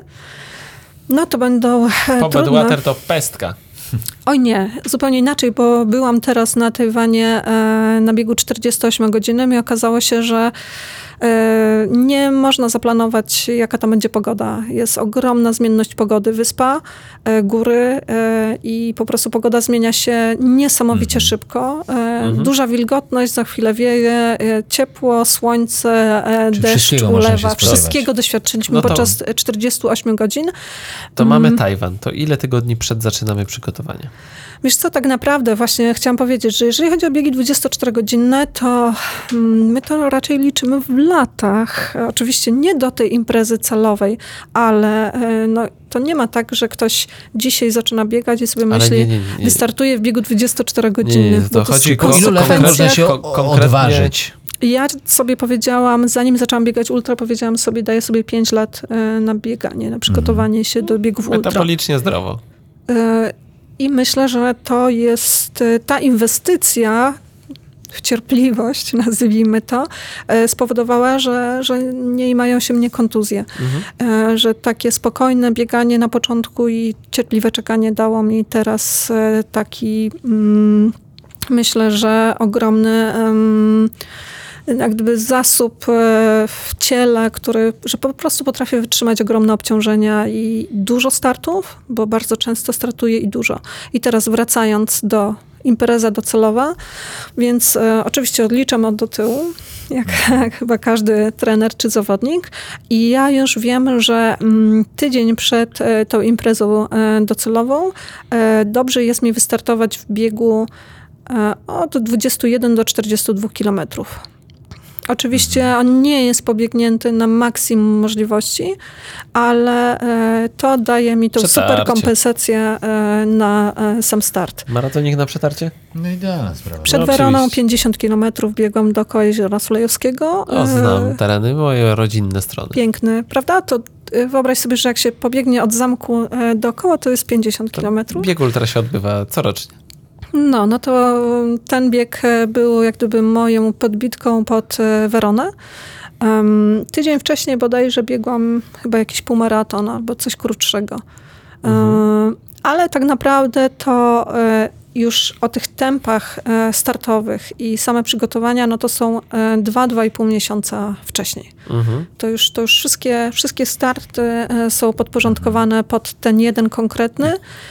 No to będą e, Po trudne. Badwater to pestka. Oj nie, zupełnie inaczej, bo byłam teraz na Tajwanie e, na biegu czterdziestoośmiogodzinnym i okazało się, że e, nie można zaplanować, jaka tam będzie pogoda. Jest ogromna zmienność pogody. Wyspa, e, góry e, i po prostu pogoda zmienia się niesamowicie szybko. E, Duża wilgotność, za chwilę wieje, e, ciepło, słońce, e, Czyli deszcz wszystkiego można się ulewa. spodziewać. Wszystkiego doświadczyliśmy No to- podczas czterdziestu ośmiu godzin. To mamy Tajwan. To ile tygodni przed zaczynamy przygotowanie? Wiesz co, tak naprawdę właśnie chciałam powiedzieć, że jeżeli chodzi o biegi dwudziestoczterogodzinne, to mm, my to raczej liczymy w latach. Oczywiście nie do tej imprezy celowej, ale e, no, to nie ma tak, że ktoś dzisiaj zaczyna biegać i sobie Ale myśli, nie, nie, nie, nie. wystartuje w biegu Nie, dwudziestoczterogodzinnym. nie, to bo chodzi jest o Po ilu latach konsekwencja. można się ko- o- konkretnie- odważyć? Ja sobie powiedziałam, zanim zaczęłam biegać ultra, powiedziałam sobie, daję sobie pięć lat e, na bieganie, na przygotowanie się do biegów ultra. Metabolicznie zdrowo. E, I myślę, że to jest e, ta inwestycja w cierpliwość, nazwijmy to, e, spowodowała, że, że nie mają się mnie kontuzje. E, Że takie spokojne bieganie na początku i cierpliwe czekanie dało mi teraz e, taki, mm, myślę, że ogromny em, jak gdyby zasób e, w ciele, który, że po prostu potrafię wytrzymać ogromne obciążenia i dużo startów, bo bardzo często startuję i dużo. I teraz wracając do impreza docelowa, więc e, oczywiście odliczam od do tyłu, jak, jak chyba każdy trener czy zawodnik. I ja już wiem, że mm, tydzień przed e, tą imprezą e, docelową e, dobrze jest mi wystartować w biegu e, od dwudziestu jeden do czterdziestu dwóch kilometrów. Oczywiście on nie jest pobiegnięty na maksimum możliwości, ale e, to daje mi tą Przetarcie. super kompensację e, na e, sam start. Maratonik na przetarcie? No idealna sprawa. Przed No Weroną oczywiście. pięćdziesiąt kilometrów biegłam dookoła Jeziora Sulejowskiego. O, znam tereny, moje rodzinne strony. Piękny, prawda? To e, wyobraź sobie, że jak się pobiegnie od zamku e, dookoła, to jest pięćdziesiąt kilometrów. Bieg ultra się odbywa corocznie. No, no to ten bieg e, był jak gdyby moją podbitką pod e, Weronę. Um, tydzień wcześniej bodajże biegłam chyba jakiś półmaraton albo coś krótszego. Um, ale tak naprawdę to e, już o tych tempach e, startowych i same przygotowania, no to są e, dwa, dwa i pół miesiąca wcześniej. Mhm. To już, to już wszystkie, wszystkie starty e, są podporządkowane pod ten jeden konkretny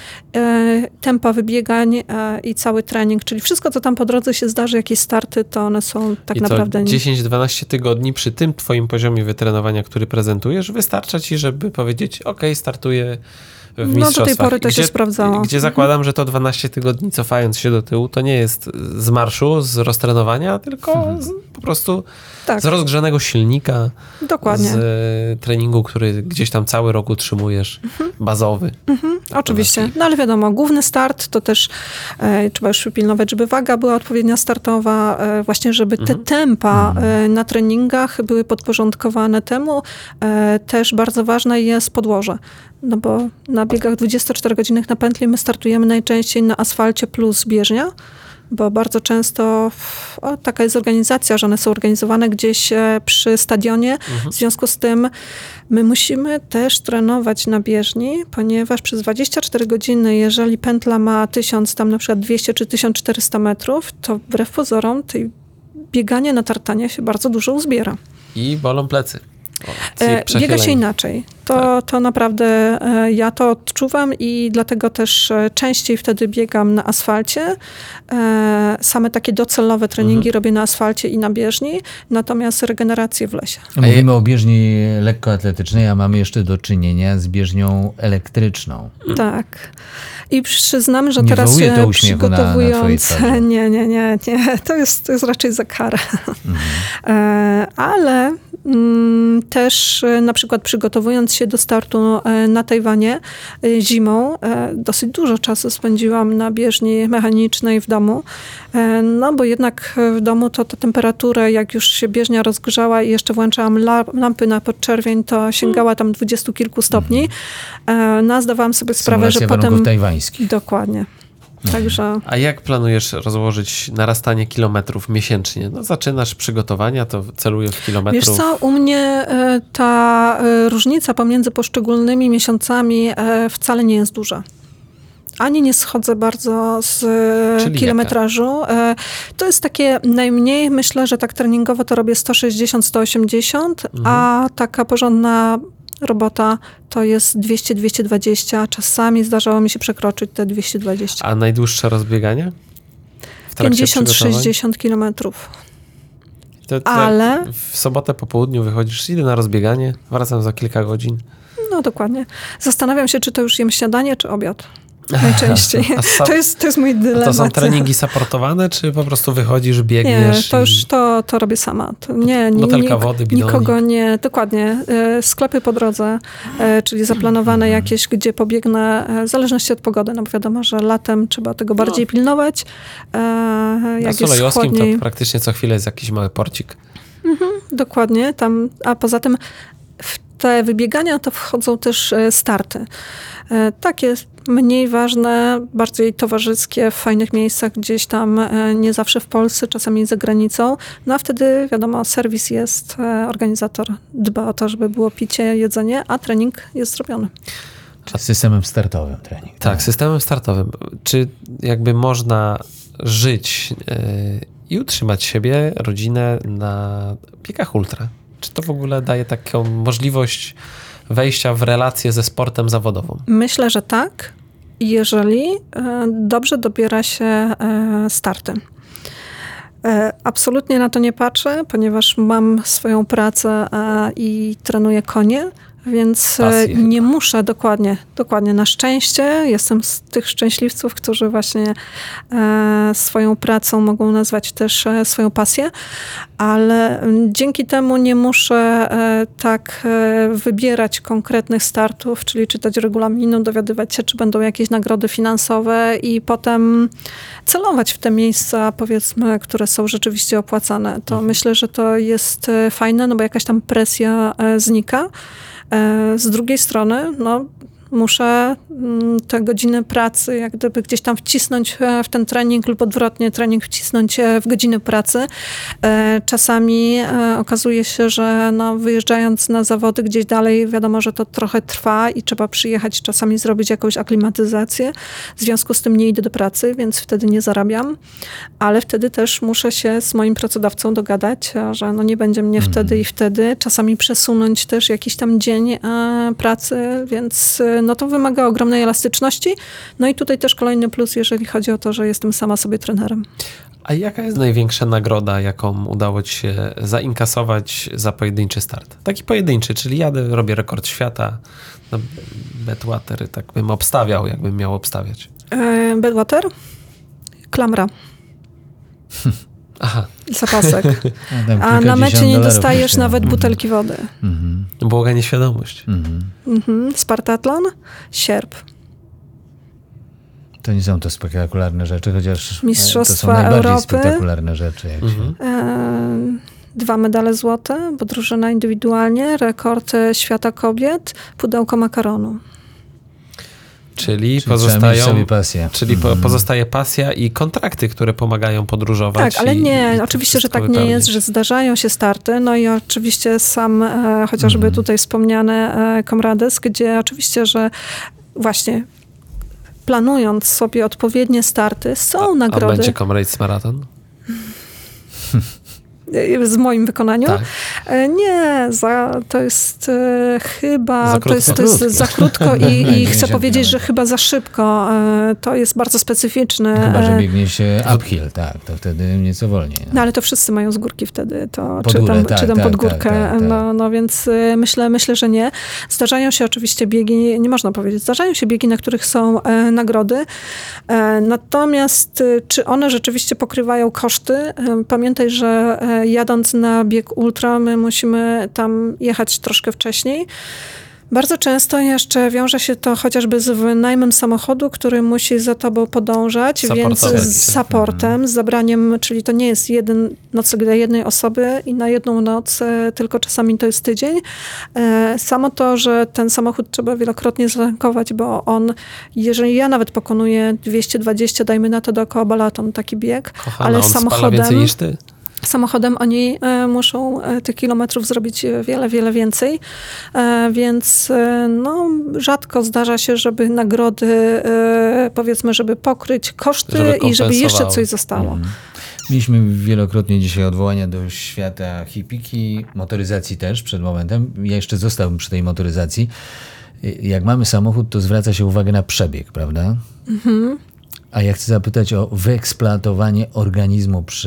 e, tempa wybiegań e, i cały trening, czyli wszystko, co tam po drodze się zdarzy, jakieś starty, to one są tak I naprawdę... to dziesięć do dwunastu tygodni przy tym twoim poziomie wytrenowania, który prezentujesz, wystarcza ci, żeby powiedzieć, ok, startuję w No, do tej mistrzostwach. pory to się Gdzie- sprawdzało. Gdzie zakładam, że to dwanaście tygodni cofając się do tyłu, to nie jest z marszu, z roztrenowania, tylko z, po prostu Tak. z rozgrzanego silnika, Dokładnie. z e, treningu, który gdzieś tam cały rok utrzymujesz, mhm. bazowy. Mhm, oczywiście, no ale wiadomo, główny start to też e, trzeba już pilnować, żeby waga była odpowiednia startowa, e, właśnie żeby te Mhm. tempa e, na treningach były podporządkowane temu. E, też bardzo ważne jest podłoże, no bo na biegach dwudziestoczterogodzinnych na pętli my startujemy najczęściej na asfalcie plus bieżnia, bo bardzo często o, taka jest organizacja, że one są organizowane gdzieś e, przy stadionie. Mhm. W związku z tym my musimy też trenować na bieżni, ponieważ przez dwadzieścia cztery godziny, jeżeli pętla ma tysiąc, tam na przykład dwieście czy tysiąc czterysta metrów, to wbrew pozorom tej bieganie na tartanie się bardzo dużo uzbiera. I bolą plecy. O, E, biega się inaczej. To, Tak. to naprawdę e, ja to odczuwam i dlatego też e, częściej wtedy biegam na asfalcie. E, same takie docelowe treningi Mhm. robię na asfalcie i na bieżni, natomiast regenerację w lesie. Mówimy o bieżni lekkoatletycznej, a mamy jeszcze do czynienia z bieżnią elektryczną. Tak. I przyznam, że Nie teraz wywołuje się to uśmiechu na- na twojej przygotowując... twarzy. nie, nie, nie, nie. To jest, to jest raczej za karę. Mhm. E, ale mm, też e, na przykład przygotowując się do startu e, na Tajwanie e, zimą, e, dosyć dużo czasu spędziłam na bieżni mechanicznej w domu. E, no bo jednak w domu to ta temperatura, jak już się bieżnia rozgrzała i jeszcze włączałam la, lampy na podczerwień, to sięgała tam dwudziestu kilku stopni. E, no a zdawałam sobie sprawę, że Symulacja warunków potem... tajwańskich. Dokładnie. Także A jak planujesz rozłożyć narastanie kilometrów miesięcznie? No zaczynasz przygotowania, to celuję w kilometrów. wiesz co, u mnie e, ta e, różnica pomiędzy poszczególnymi miesiącami e, wcale nie jest duża. Ani nie schodzę bardzo z e, Czyli kilometrażu. E, To jest takie najmniej, myślę, że tak treningowo to robię sto sześćdziesiąt do stu osiemdziesięciu, a taka porządna robota to jest dwieście do dwieście dwudziestu. Czasami zdarzało mi się przekroczyć te dwieście dwadzieścia. A najdłuższe rozbieganie? W trakcie pięćdziesiąt do przygotowań? sześćdziesięciu kilometrów. To, to Ale- W sobotę po południu wychodzisz, idę na rozbieganie, wracam za kilka godzin. No dokładnie. Zastanawiam się, czy to już jem śniadanie, czy obiad. Najczęściej. A sa- To jest, to jest mój dylemat. To są treningi supportowane, czy po prostu wychodzisz, Nie, biegniesz? to i- już to, to robię sama. To nie, nie, Butelka nik- wody, bidonik. nikogo nie, dokładnie. E, Sklepy po drodze, e, czyli zaplanowane jakieś, gdzie pobiegnę, e, w zależności od pogody, no bo wiadomo, że latem trzeba tego bardziej pilnować. E, Na Jak jest Sulejowskim chłodniej. to praktycznie co chwilę jest jakiś mały porcik. Dokładnie, tam, a poza tym w te wybiegania to wchodzą też e, starty. E, Takie mniej ważne, bardziej towarzyskie, w fajnych miejscach, gdzieś tam e, nie zawsze w Polsce, czasami za granicą. No a wtedy wiadomo, serwis jest, e, organizator dba o to, żeby było picie, jedzenie, a trening jest zrobiony. Systemem startowym trening. Tak, systemem startowym. Czy jakby można żyć yy, i utrzymać siebie, rodzinę na biegach ultra? Czy to w ogóle daje taką możliwość wejścia w relację ze sportem zawodową? Myślę, że tak, jeżeli e, dobrze dobiera się e, starty. E, Absolutnie na to nie patrzę, ponieważ mam swoją pracę e, i trenuję konie, więc e, Pasję nie muszę, dokładnie, dokładnie, na szczęście jestem z tych szczęśliwców, którzy właśnie e, swoją pracą mogą nazwać też e, swoją pasję, ale m, dzięki temu nie muszę e, tak e, wybierać konkretnych startów, czyli czytać regulaminu, dowiadywać się, czy będą jakieś nagrody finansowe i potem celować w te miejsca, powiedzmy, które są rzeczywiście opłacane. To myślę, że to jest e, fajne, no bo jakaś tam presja e, znika. E, Z drugiej strony, no, muszę mm, te godziny pracy jak gdyby gdzieś tam wcisnąć e, w ten trening lub odwrotnie, trening wcisnąć e, w godziny pracy. E, Czasami e, okazuje się, że no, wyjeżdżając na zawody gdzieś dalej, wiadomo, że to trochę trwa i trzeba przyjechać, czasami zrobić jakąś aklimatyzację. W związku z tym nie idę do pracy, więc wtedy nie zarabiam, ale wtedy też muszę się z moim pracodawcą dogadać, a że no, nie będzie mnie wtedy i wtedy. Czasami przesunąć też jakiś tam dzień e, pracy, więc e, no to wymaga ogromnej elastyczności. No i tutaj też kolejny plus, jeżeli chodzi o to, że jestem sama sobie trenerem. A jaka jest największa nagroda, jaką udało ci się zainkasować za pojedynczy start? Taki pojedynczy, czyli jadę, robię rekord świata, no, Badwater, tak bym obstawiał, jakbym miał obstawiać. E, Badwater? Klamra. Aha, Zapasek. A, tam A na mecie kilkadziesiąt nie dolarów dostajesz kosztuje. nawet Mhm. butelki wody. Mhm. była nieświadomość. Mhm. Mhm. Spartatlon, sierp. To nie są to spektakularne rzeczy, chociaż e, Mistrzostwa to są najbardziej Europy. spektakularne rzeczy. Jak Mhm. się... E, Dwa medale złote, bo drużyna indywidualnie, rekord e, świata kobiet, pudełko makaronu. Czyli, Czyli trzeba mieć pozostają... sobie pasję. Czyli po, Mhm. pozostaje pasja i kontrakty, które pomagają podróżować. Tak, ale i, nie, i to oczywiście, że wszystko tak nie jest, wypełniać. że zdarzają się starty, no i oczywiście sam e, chociażby Mhm. tutaj wspomniany e, Komrades, gdzie oczywiście, że właśnie planując sobie odpowiednie starty, są A nagrody będzie Comrades Marathon? e, w moim wykonaniu. Tak. E, Nie, za, to jest e, chyba, Za to jest, krótko. to jest za krótko i, i chcę dziewięćdziesiąt powiedzieć, że kilometrów. chyba za szybko. E, To jest bardzo specyficzny. Chyba, że e, biegnie się uphill, tak, to wtedy nieco wolniej. No. No ale to wszyscy mają z górki wtedy, to Pod czy górę, tam, tak, czy tam tak, pod tak, górkę. tak, tak. No, no więc y, myślę, myślę, że nie. Zdarzają się oczywiście biegi, nie można powiedzieć, zdarzają się biegi, na których są e, nagrody. E, natomiast y, czy one rzeczywiście pokrywają koszty? E, pamiętaj, że e, jadąc na bieg ultra, my musimy tam jechać troszkę wcześniej. Bardzo często jeszcze wiąże się to chociażby z wynajmem samochodu, który musi za tobą podążać, więc Supportowy. z supportem, z zabraniem, czyli to nie jest jeden nocleg dla jednej osoby i na jedną noc, e, tylko czasami to jest tydzień. E, Samo to, że ten samochód trzeba wielokrotnie zatankować, bo on, jeżeli ja nawet pokonuję dwieście dwadzieścia, dajmy na to dookoła balaton, taki bieg, Kochana, ale on spala samochodem... więcej niż ty. Samochodem oni e, muszą e, tych kilometrów zrobić e, wiele, wiele więcej, e, więc e, no, rzadko zdarza się, żeby nagrody, e, powiedzmy, żeby pokryć koszty Żeby i żeby jeszcze kompensowały. coś zostało. Mieliśmy wielokrotnie dzisiaj odwołania do świata hipiki, motoryzacji też przed momentem. Ja jeszcze zostałbym przy tej motoryzacji. Jak mamy samochód, to zwraca się uwagę na przebieg, prawda? Mhm. A ja chcę zapytać o wyeksploatowanie organizmu przy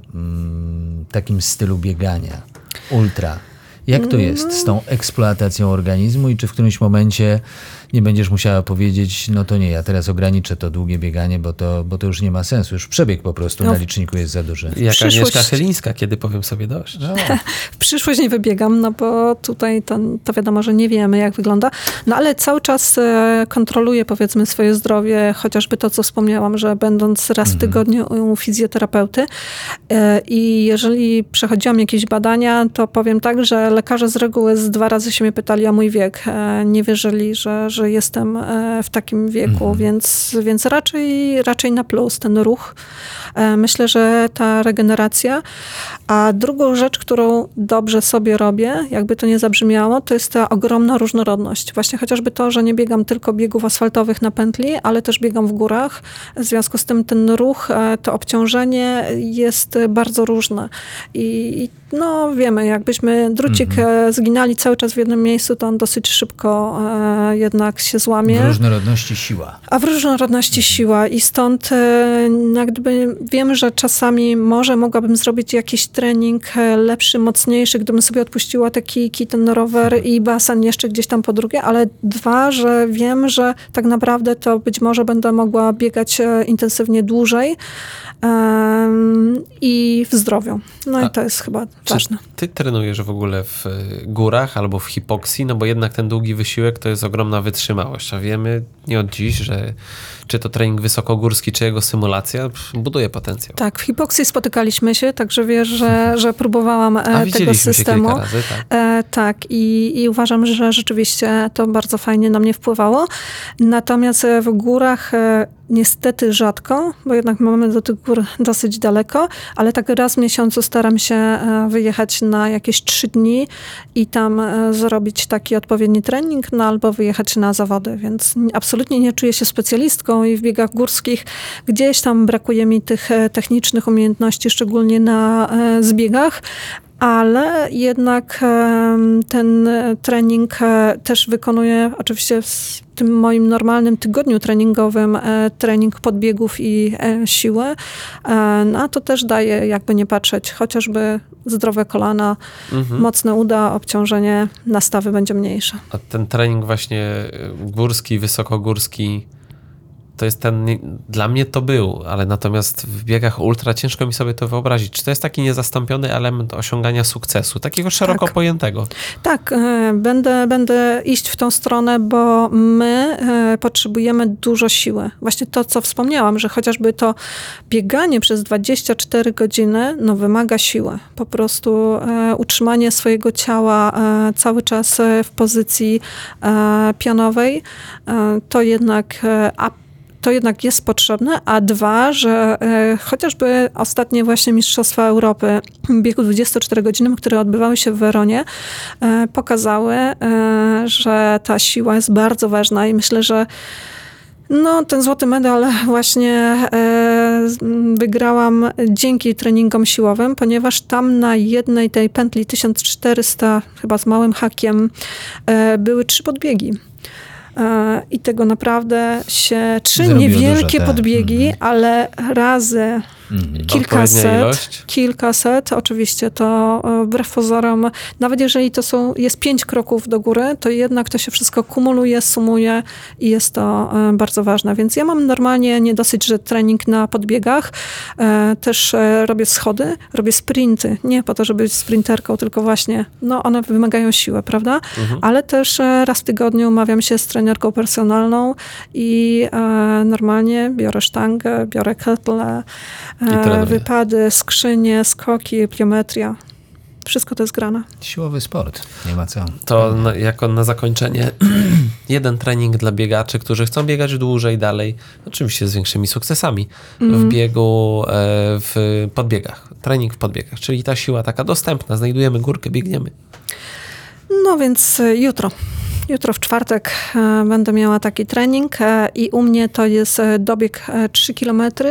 mm, takim stylu biegania, ultra. Jak to jest z tą eksploatacją organizmu i czy w którymś momencie nie będziesz musiała powiedzieć, no to nie, ja teraz ograniczę to długie bieganie, bo to, bo to już nie ma sensu. Już przebieg po prostu No. na liczniku jest za duży. Jak Przyszłość- Agnieszka Chylińska, kiedy powiem sobie dość. No, W przyszłość nie wybiegam, no bo tutaj to, to wiadomo, że nie wiemy, jak wygląda. No ale cały czas e, kontroluję, powiedzmy, swoje zdrowie, chociażby to, co wspomniałam, że będąc raz w tygodniu u fizjoterapeuty e, i jeżeli przechodziłam jakieś badania, to powiem tak, że lekarze z reguły z dwa razy się mnie pytali o mój wiek. E, nie wierzyli, że, że jestem e, w takim wieku, więc, więc raczej, raczej na plus ten ruch. E, myślę, że ta regeneracja. A drugą rzecz, którą dobrze sobie robię, jakby to nie zabrzmiało, to jest ta ogromna różnorodność. Właśnie chociażby to, że nie biegam tylko biegów asfaltowych na pętli, ale też biegam w górach. W związku z tym ten ruch, e, to obciążenie jest bardzo różne. I no wiemy, jakbyśmy drucik e, zginali cały czas w jednym miejscu, to on dosyć szybko e, jednak się złamie. w różnorodności siła. A w różnorodności siła i stąd e, jak gdyby wiem, że czasami może mogłabym zrobić jakiś trening e, lepszy, mocniejszy, gdybym sobie odpuściła te kijki, ten rower i basen jeszcze gdzieś tam po drugie, ale dwa, że wiem, że tak naprawdę to być może będę mogła biegać e, intensywnie dłużej em, i w zdrowiu. No A i to jest chyba Czy ważne. ty trenujesz w ogóle w y, górach albo w hipoksji? No bo jednak ten długi wysiłek to jest ogromna wytrzymałość, a wiemy nie od dziś, że czy to trening wysokogórski, czy jego symulacja pff, buduje potencjał. Tak, w hipoksji spotykaliśmy się, także wiesz, że, że próbowałam e, A tego widzieliśmy się systemu. kilka razy, tak. E, tak, i, i uważam, że rzeczywiście to bardzo fajnie na mnie wpływało. Natomiast e, w górach e, niestety rzadko, bo jednak mamy do tych gór dosyć daleko, ale tak raz w miesiącu staram się e, wyjechać na jakieś trzy dni i tam e, zrobić taki odpowiedni trening, no albo wyjechać na zawody, więc absolutnie nie czuję się specjalistką i w biegach górskich gdzieś tam brakuje mi tych e, technicznych umiejętności, szczególnie na e, zbiegach, ale jednak e, ten trening e, też wykonuję oczywiście w tym moim normalnym tygodniu treningowym, e, trening podbiegów i e, siłę. E, no a to też daje, jakby nie patrzeć, chociażby zdrowe kolana, Mhm. mocne uda, obciążenie nastawy będzie mniejsze. A ten trening właśnie y, górski, wysokogórski, to jest ten, dla mnie to był, ale natomiast w biegach ultra ciężko mi sobie to wyobrazić. Czy to jest taki niezastąpiony element osiągania sukcesu, takiego szeroko Tak. pojętego? Tak, e, będę, będę iść w tą stronę, bo my e, potrzebujemy dużo siły. Właśnie to, co wspomniałam, że chociażby to bieganie przez dwadzieścia cztery godziny, no wymaga siły. Po prostu e, utrzymanie swojego ciała e, cały czas e, w pozycji e, pionowej, e, to jednak e, a to jednak jest potrzebne, a dwa, że e, chociażby ostatnie właśnie Mistrzostwa Europy w biegu dwudziestoczterogodzinnym, które odbywały się w Weronie, e, pokazały, e, że ta siła jest bardzo ważna i myślę, że no, ten złoty medal właśnie e, wygrałam dzięki treningom siłowym, ponieważ tam na jednej tej pętli tysiąc czterysta, chyba z małym hakiem, e, były trzy podbiegi. I tego naprawdę się, trzy Zrobiło niewielkie dużo, tak. podbiegi, Mhm. ale razy Mhm. Odpowiednia kilkaset, ilość? kilkaset, oczywiście to e, wbrew pozorom, nawet jeżeli to są, jest pięć kroków do góry, to jednak to się wszystko kumuluje, sumuje i jest to e, bardzo ważne. Więc ja mam normalnie nie dosyć, że trening na podbiegach, e, też e, robię schody, robię sprinty, nie po to, żeby być sprinterką, tylko właśnie, no one wymagają siły, prawda? Mhm. Ale też e, raz w tygodniu umawiam się z trenerką personalną i e, normalnie biorę sztangę, biorę kettle, I trenuję. wypady, skrzynie, skoki, pliometria. Wszystko to jest grane. Siłowy sport, nie ma co. To na, jako na zakończenie jeden trening dla biegaczy, którzy chcą biegać dłużej, dalej, oczywiście z większymi sukcesami w biegu, e, w podbiegach. Trening w podbiegach, czyli ta siła taka dostępna. Znajdujemy górkę, biegniemy. No więc e, jutro. Jutro w czwartek e, będę miała taki trening e, i u mnie to jest e, dobieg e, trzy kilometry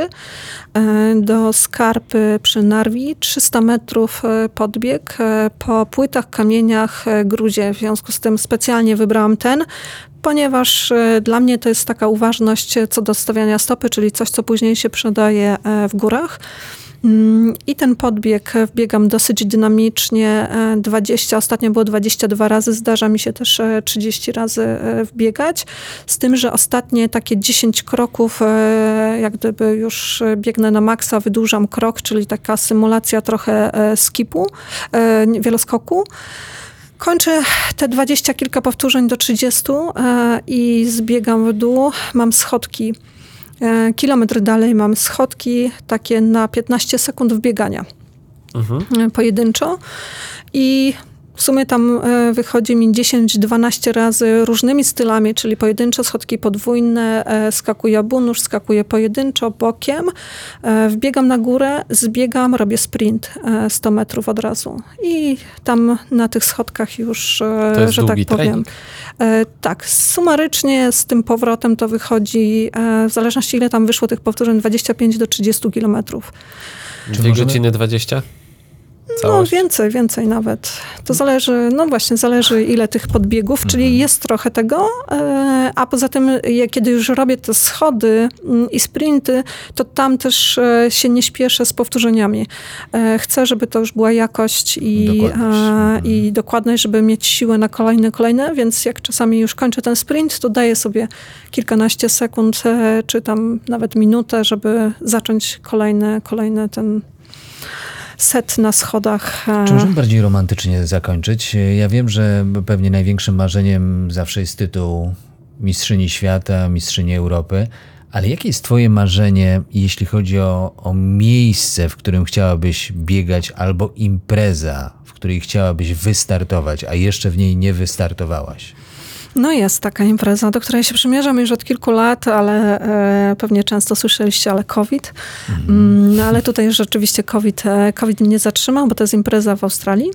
e, do Skarpy przy Narwi, trzysta metrów e, podbieg e, po płytach, kamieniach, e, gruzie. W związku z tym specjalnie wybrałam ten, ponieważ e, dla mnie to jest taka uważność e, co do stawiania stopy, czyli coś, co później się przydaje e, w górach. Mm, I ten podbieg wbiegam dosyć dynamicznie, e, dwadzieścia, ostatnio było dwadzieścia dwa razy, zdarza mi się też e, trzydzieści razy e, wbiegać, z tym, że ostatnie takie dziesięć kroków, e, jak gdyby już biegnę na maksa, wydłużam krok, czyli taka symulacja trochę e, skipu, e, wieloskoku. Kończę te dwadzieścia kilka powtórzeń do trzydziestu e, i zbiegam w dół, mam schodki. Kilometr dalej mam schodki takie na piętnaście sekund wbiegania Mhm. pojedynczo i w sumie tam wychodzi mi dziesięć dwanaście razy różnymi stylami, czyli pojedyncze schodki podwójne, skakuję obunóż, skakuję pojedynczo, bokiem, wbiegam na górę, zbiegam, robię sprint sto metrów od razu. I tam na tych schodkach już, To jest że tak długi powiem. trening. Tak, sumarycznie z tym powrotem to wychodzi, w zależności ile tam wyszło tych powtórzeń, dwadzieścia pięć do trzydziestu kilometrów. Dwie możemy- godziny dwadzieścia? No Całość? więcej, więcej nawet. To zależy, no właśnie, zależy ile tych podbiegów, czyli jest trochę tego, e, a poza tym, ja, kiedy już robię te schody mm, i sprinty, to tam też e, się nie śpieszę z powtórzeniami. E, Chcę, żeby to już była jakość i Dokładność. e, i dokładność, żeby mieć siłę na kolejne, kolejne, więc jak czasami już kończę ten sprint, to daję sobie kilkanaście sekund, e, czy tam nawet minutę, żeby zacząć kolejny, kolejny ten set na schodach. Czy możemy bardziej romantycznie zakończyć? Ja wiem, że pewnie największym marzeniem zawsze jest tytuł mistrzyni świata, mistrzyni Europy, ale jakie jest twoje marzenie, jeśli chodzi o, o miejsce, w którym chciałabyś biegać, albo impreza, w której chciałabyś wystartować, a jeszcze w niej nie wystartowałaś? No jest taka impreza, do której się przymierzam już od kilku lat, ale e, pewnie często słyszeliście, ale COVID. Mm, no ale tutaj rzeczywiście COVID, e, COVID mnie zatrzymał, bo to jest impreza w Australii.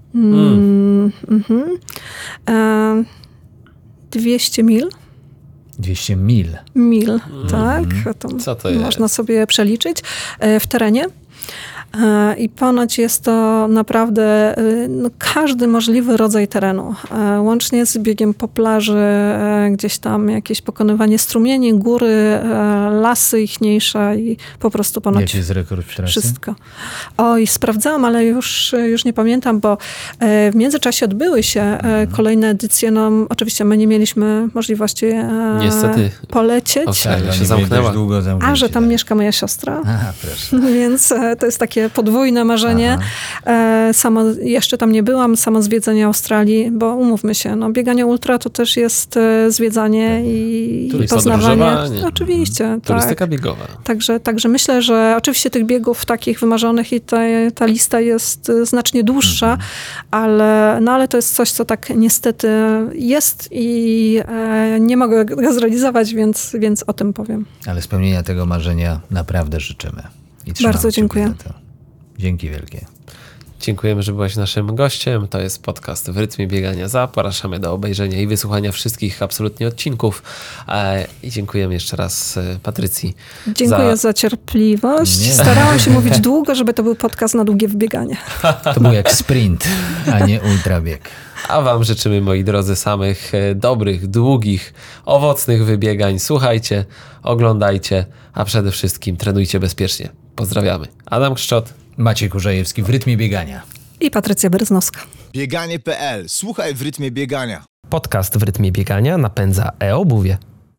Mm, mhm. e, dwieście mil. dwieście mil. Mil, tak. To Co to jest? można sobie przeliczyć e, w terenie. E, I ponoć jest to naprawdę e, no, każdy możliwy rodzaj terenu. E, Łącznie z biegiem po plaży, e, gdzieś tam jakieś pokonywanie strumieni, góry, e, lasy ichniejsze i po prostu ponoć Jaki jest rekord trasy? wszystko. Oj, sprawdzałam, ale już, już nie pamiętam, bo e, w międzyczasie odbyły się e, kolejne edycje. No, oczywiście my nie mieliśmy możliwości e, Niestety. polecieć. Australia Tak, się oni zamknęła. dość długo zamknięci, A, że tam tak. mieszka moja siostra. Aha, proszę. Więc e, to jest takie podwójne marzenie. E, Samo, jeszcze tam nie byłam, samo zwiedzenie Australii, bo umówmy się, no, bieganie ultra to też jest e, zwiedzanie i, i Turystyka, poznawanie. podróżowanie. Oczywiście, Turystyka tak. biegowa. Także, także myślę, że oczywiście tych biegów takich wymarzonych i te, ta lista jest e, znacznie dłuższa, ale, no, ale to jest coś, co tak niestety jest i e, nie mogę go zrealizować, więc, więc o tym powiem. Ale spełnienia tego marzenia naprawdę życzymy. I trzymamy Bardzo kciuki dziękuję. za to. Dzięki wielkie. Dziękujemy, że byłaś naszym gościem. To jest podcast W rytmie biegania. Zapraszamy do obejrzenia i wysłuchania wszystkich absolutnie odcinków. E, I dziękujemy jeszcze raz e, Patrycji. Dziękuję za... za cierpliwość. Nie. Starałam się mówić długo, żeby to był podcast na długie wbieganie. To był jak sprint, a nie ultrabieg. A wam życzymy, moi drodzy, samych e, dobrych, długich, owocnych wybiegań. Słuchajcie, oglądajcie, a przede wszystkim trenujcie bezpiecznie. Pozdrawiamy. Adam Krzczot. Maciej Kurzajewski w rytmie biegania. I Patrycja Berznowska. Bieganie kropka pe el. Słuchaj w rytmie biegania. Podcast W rytmie biegania napędza e-obuwie.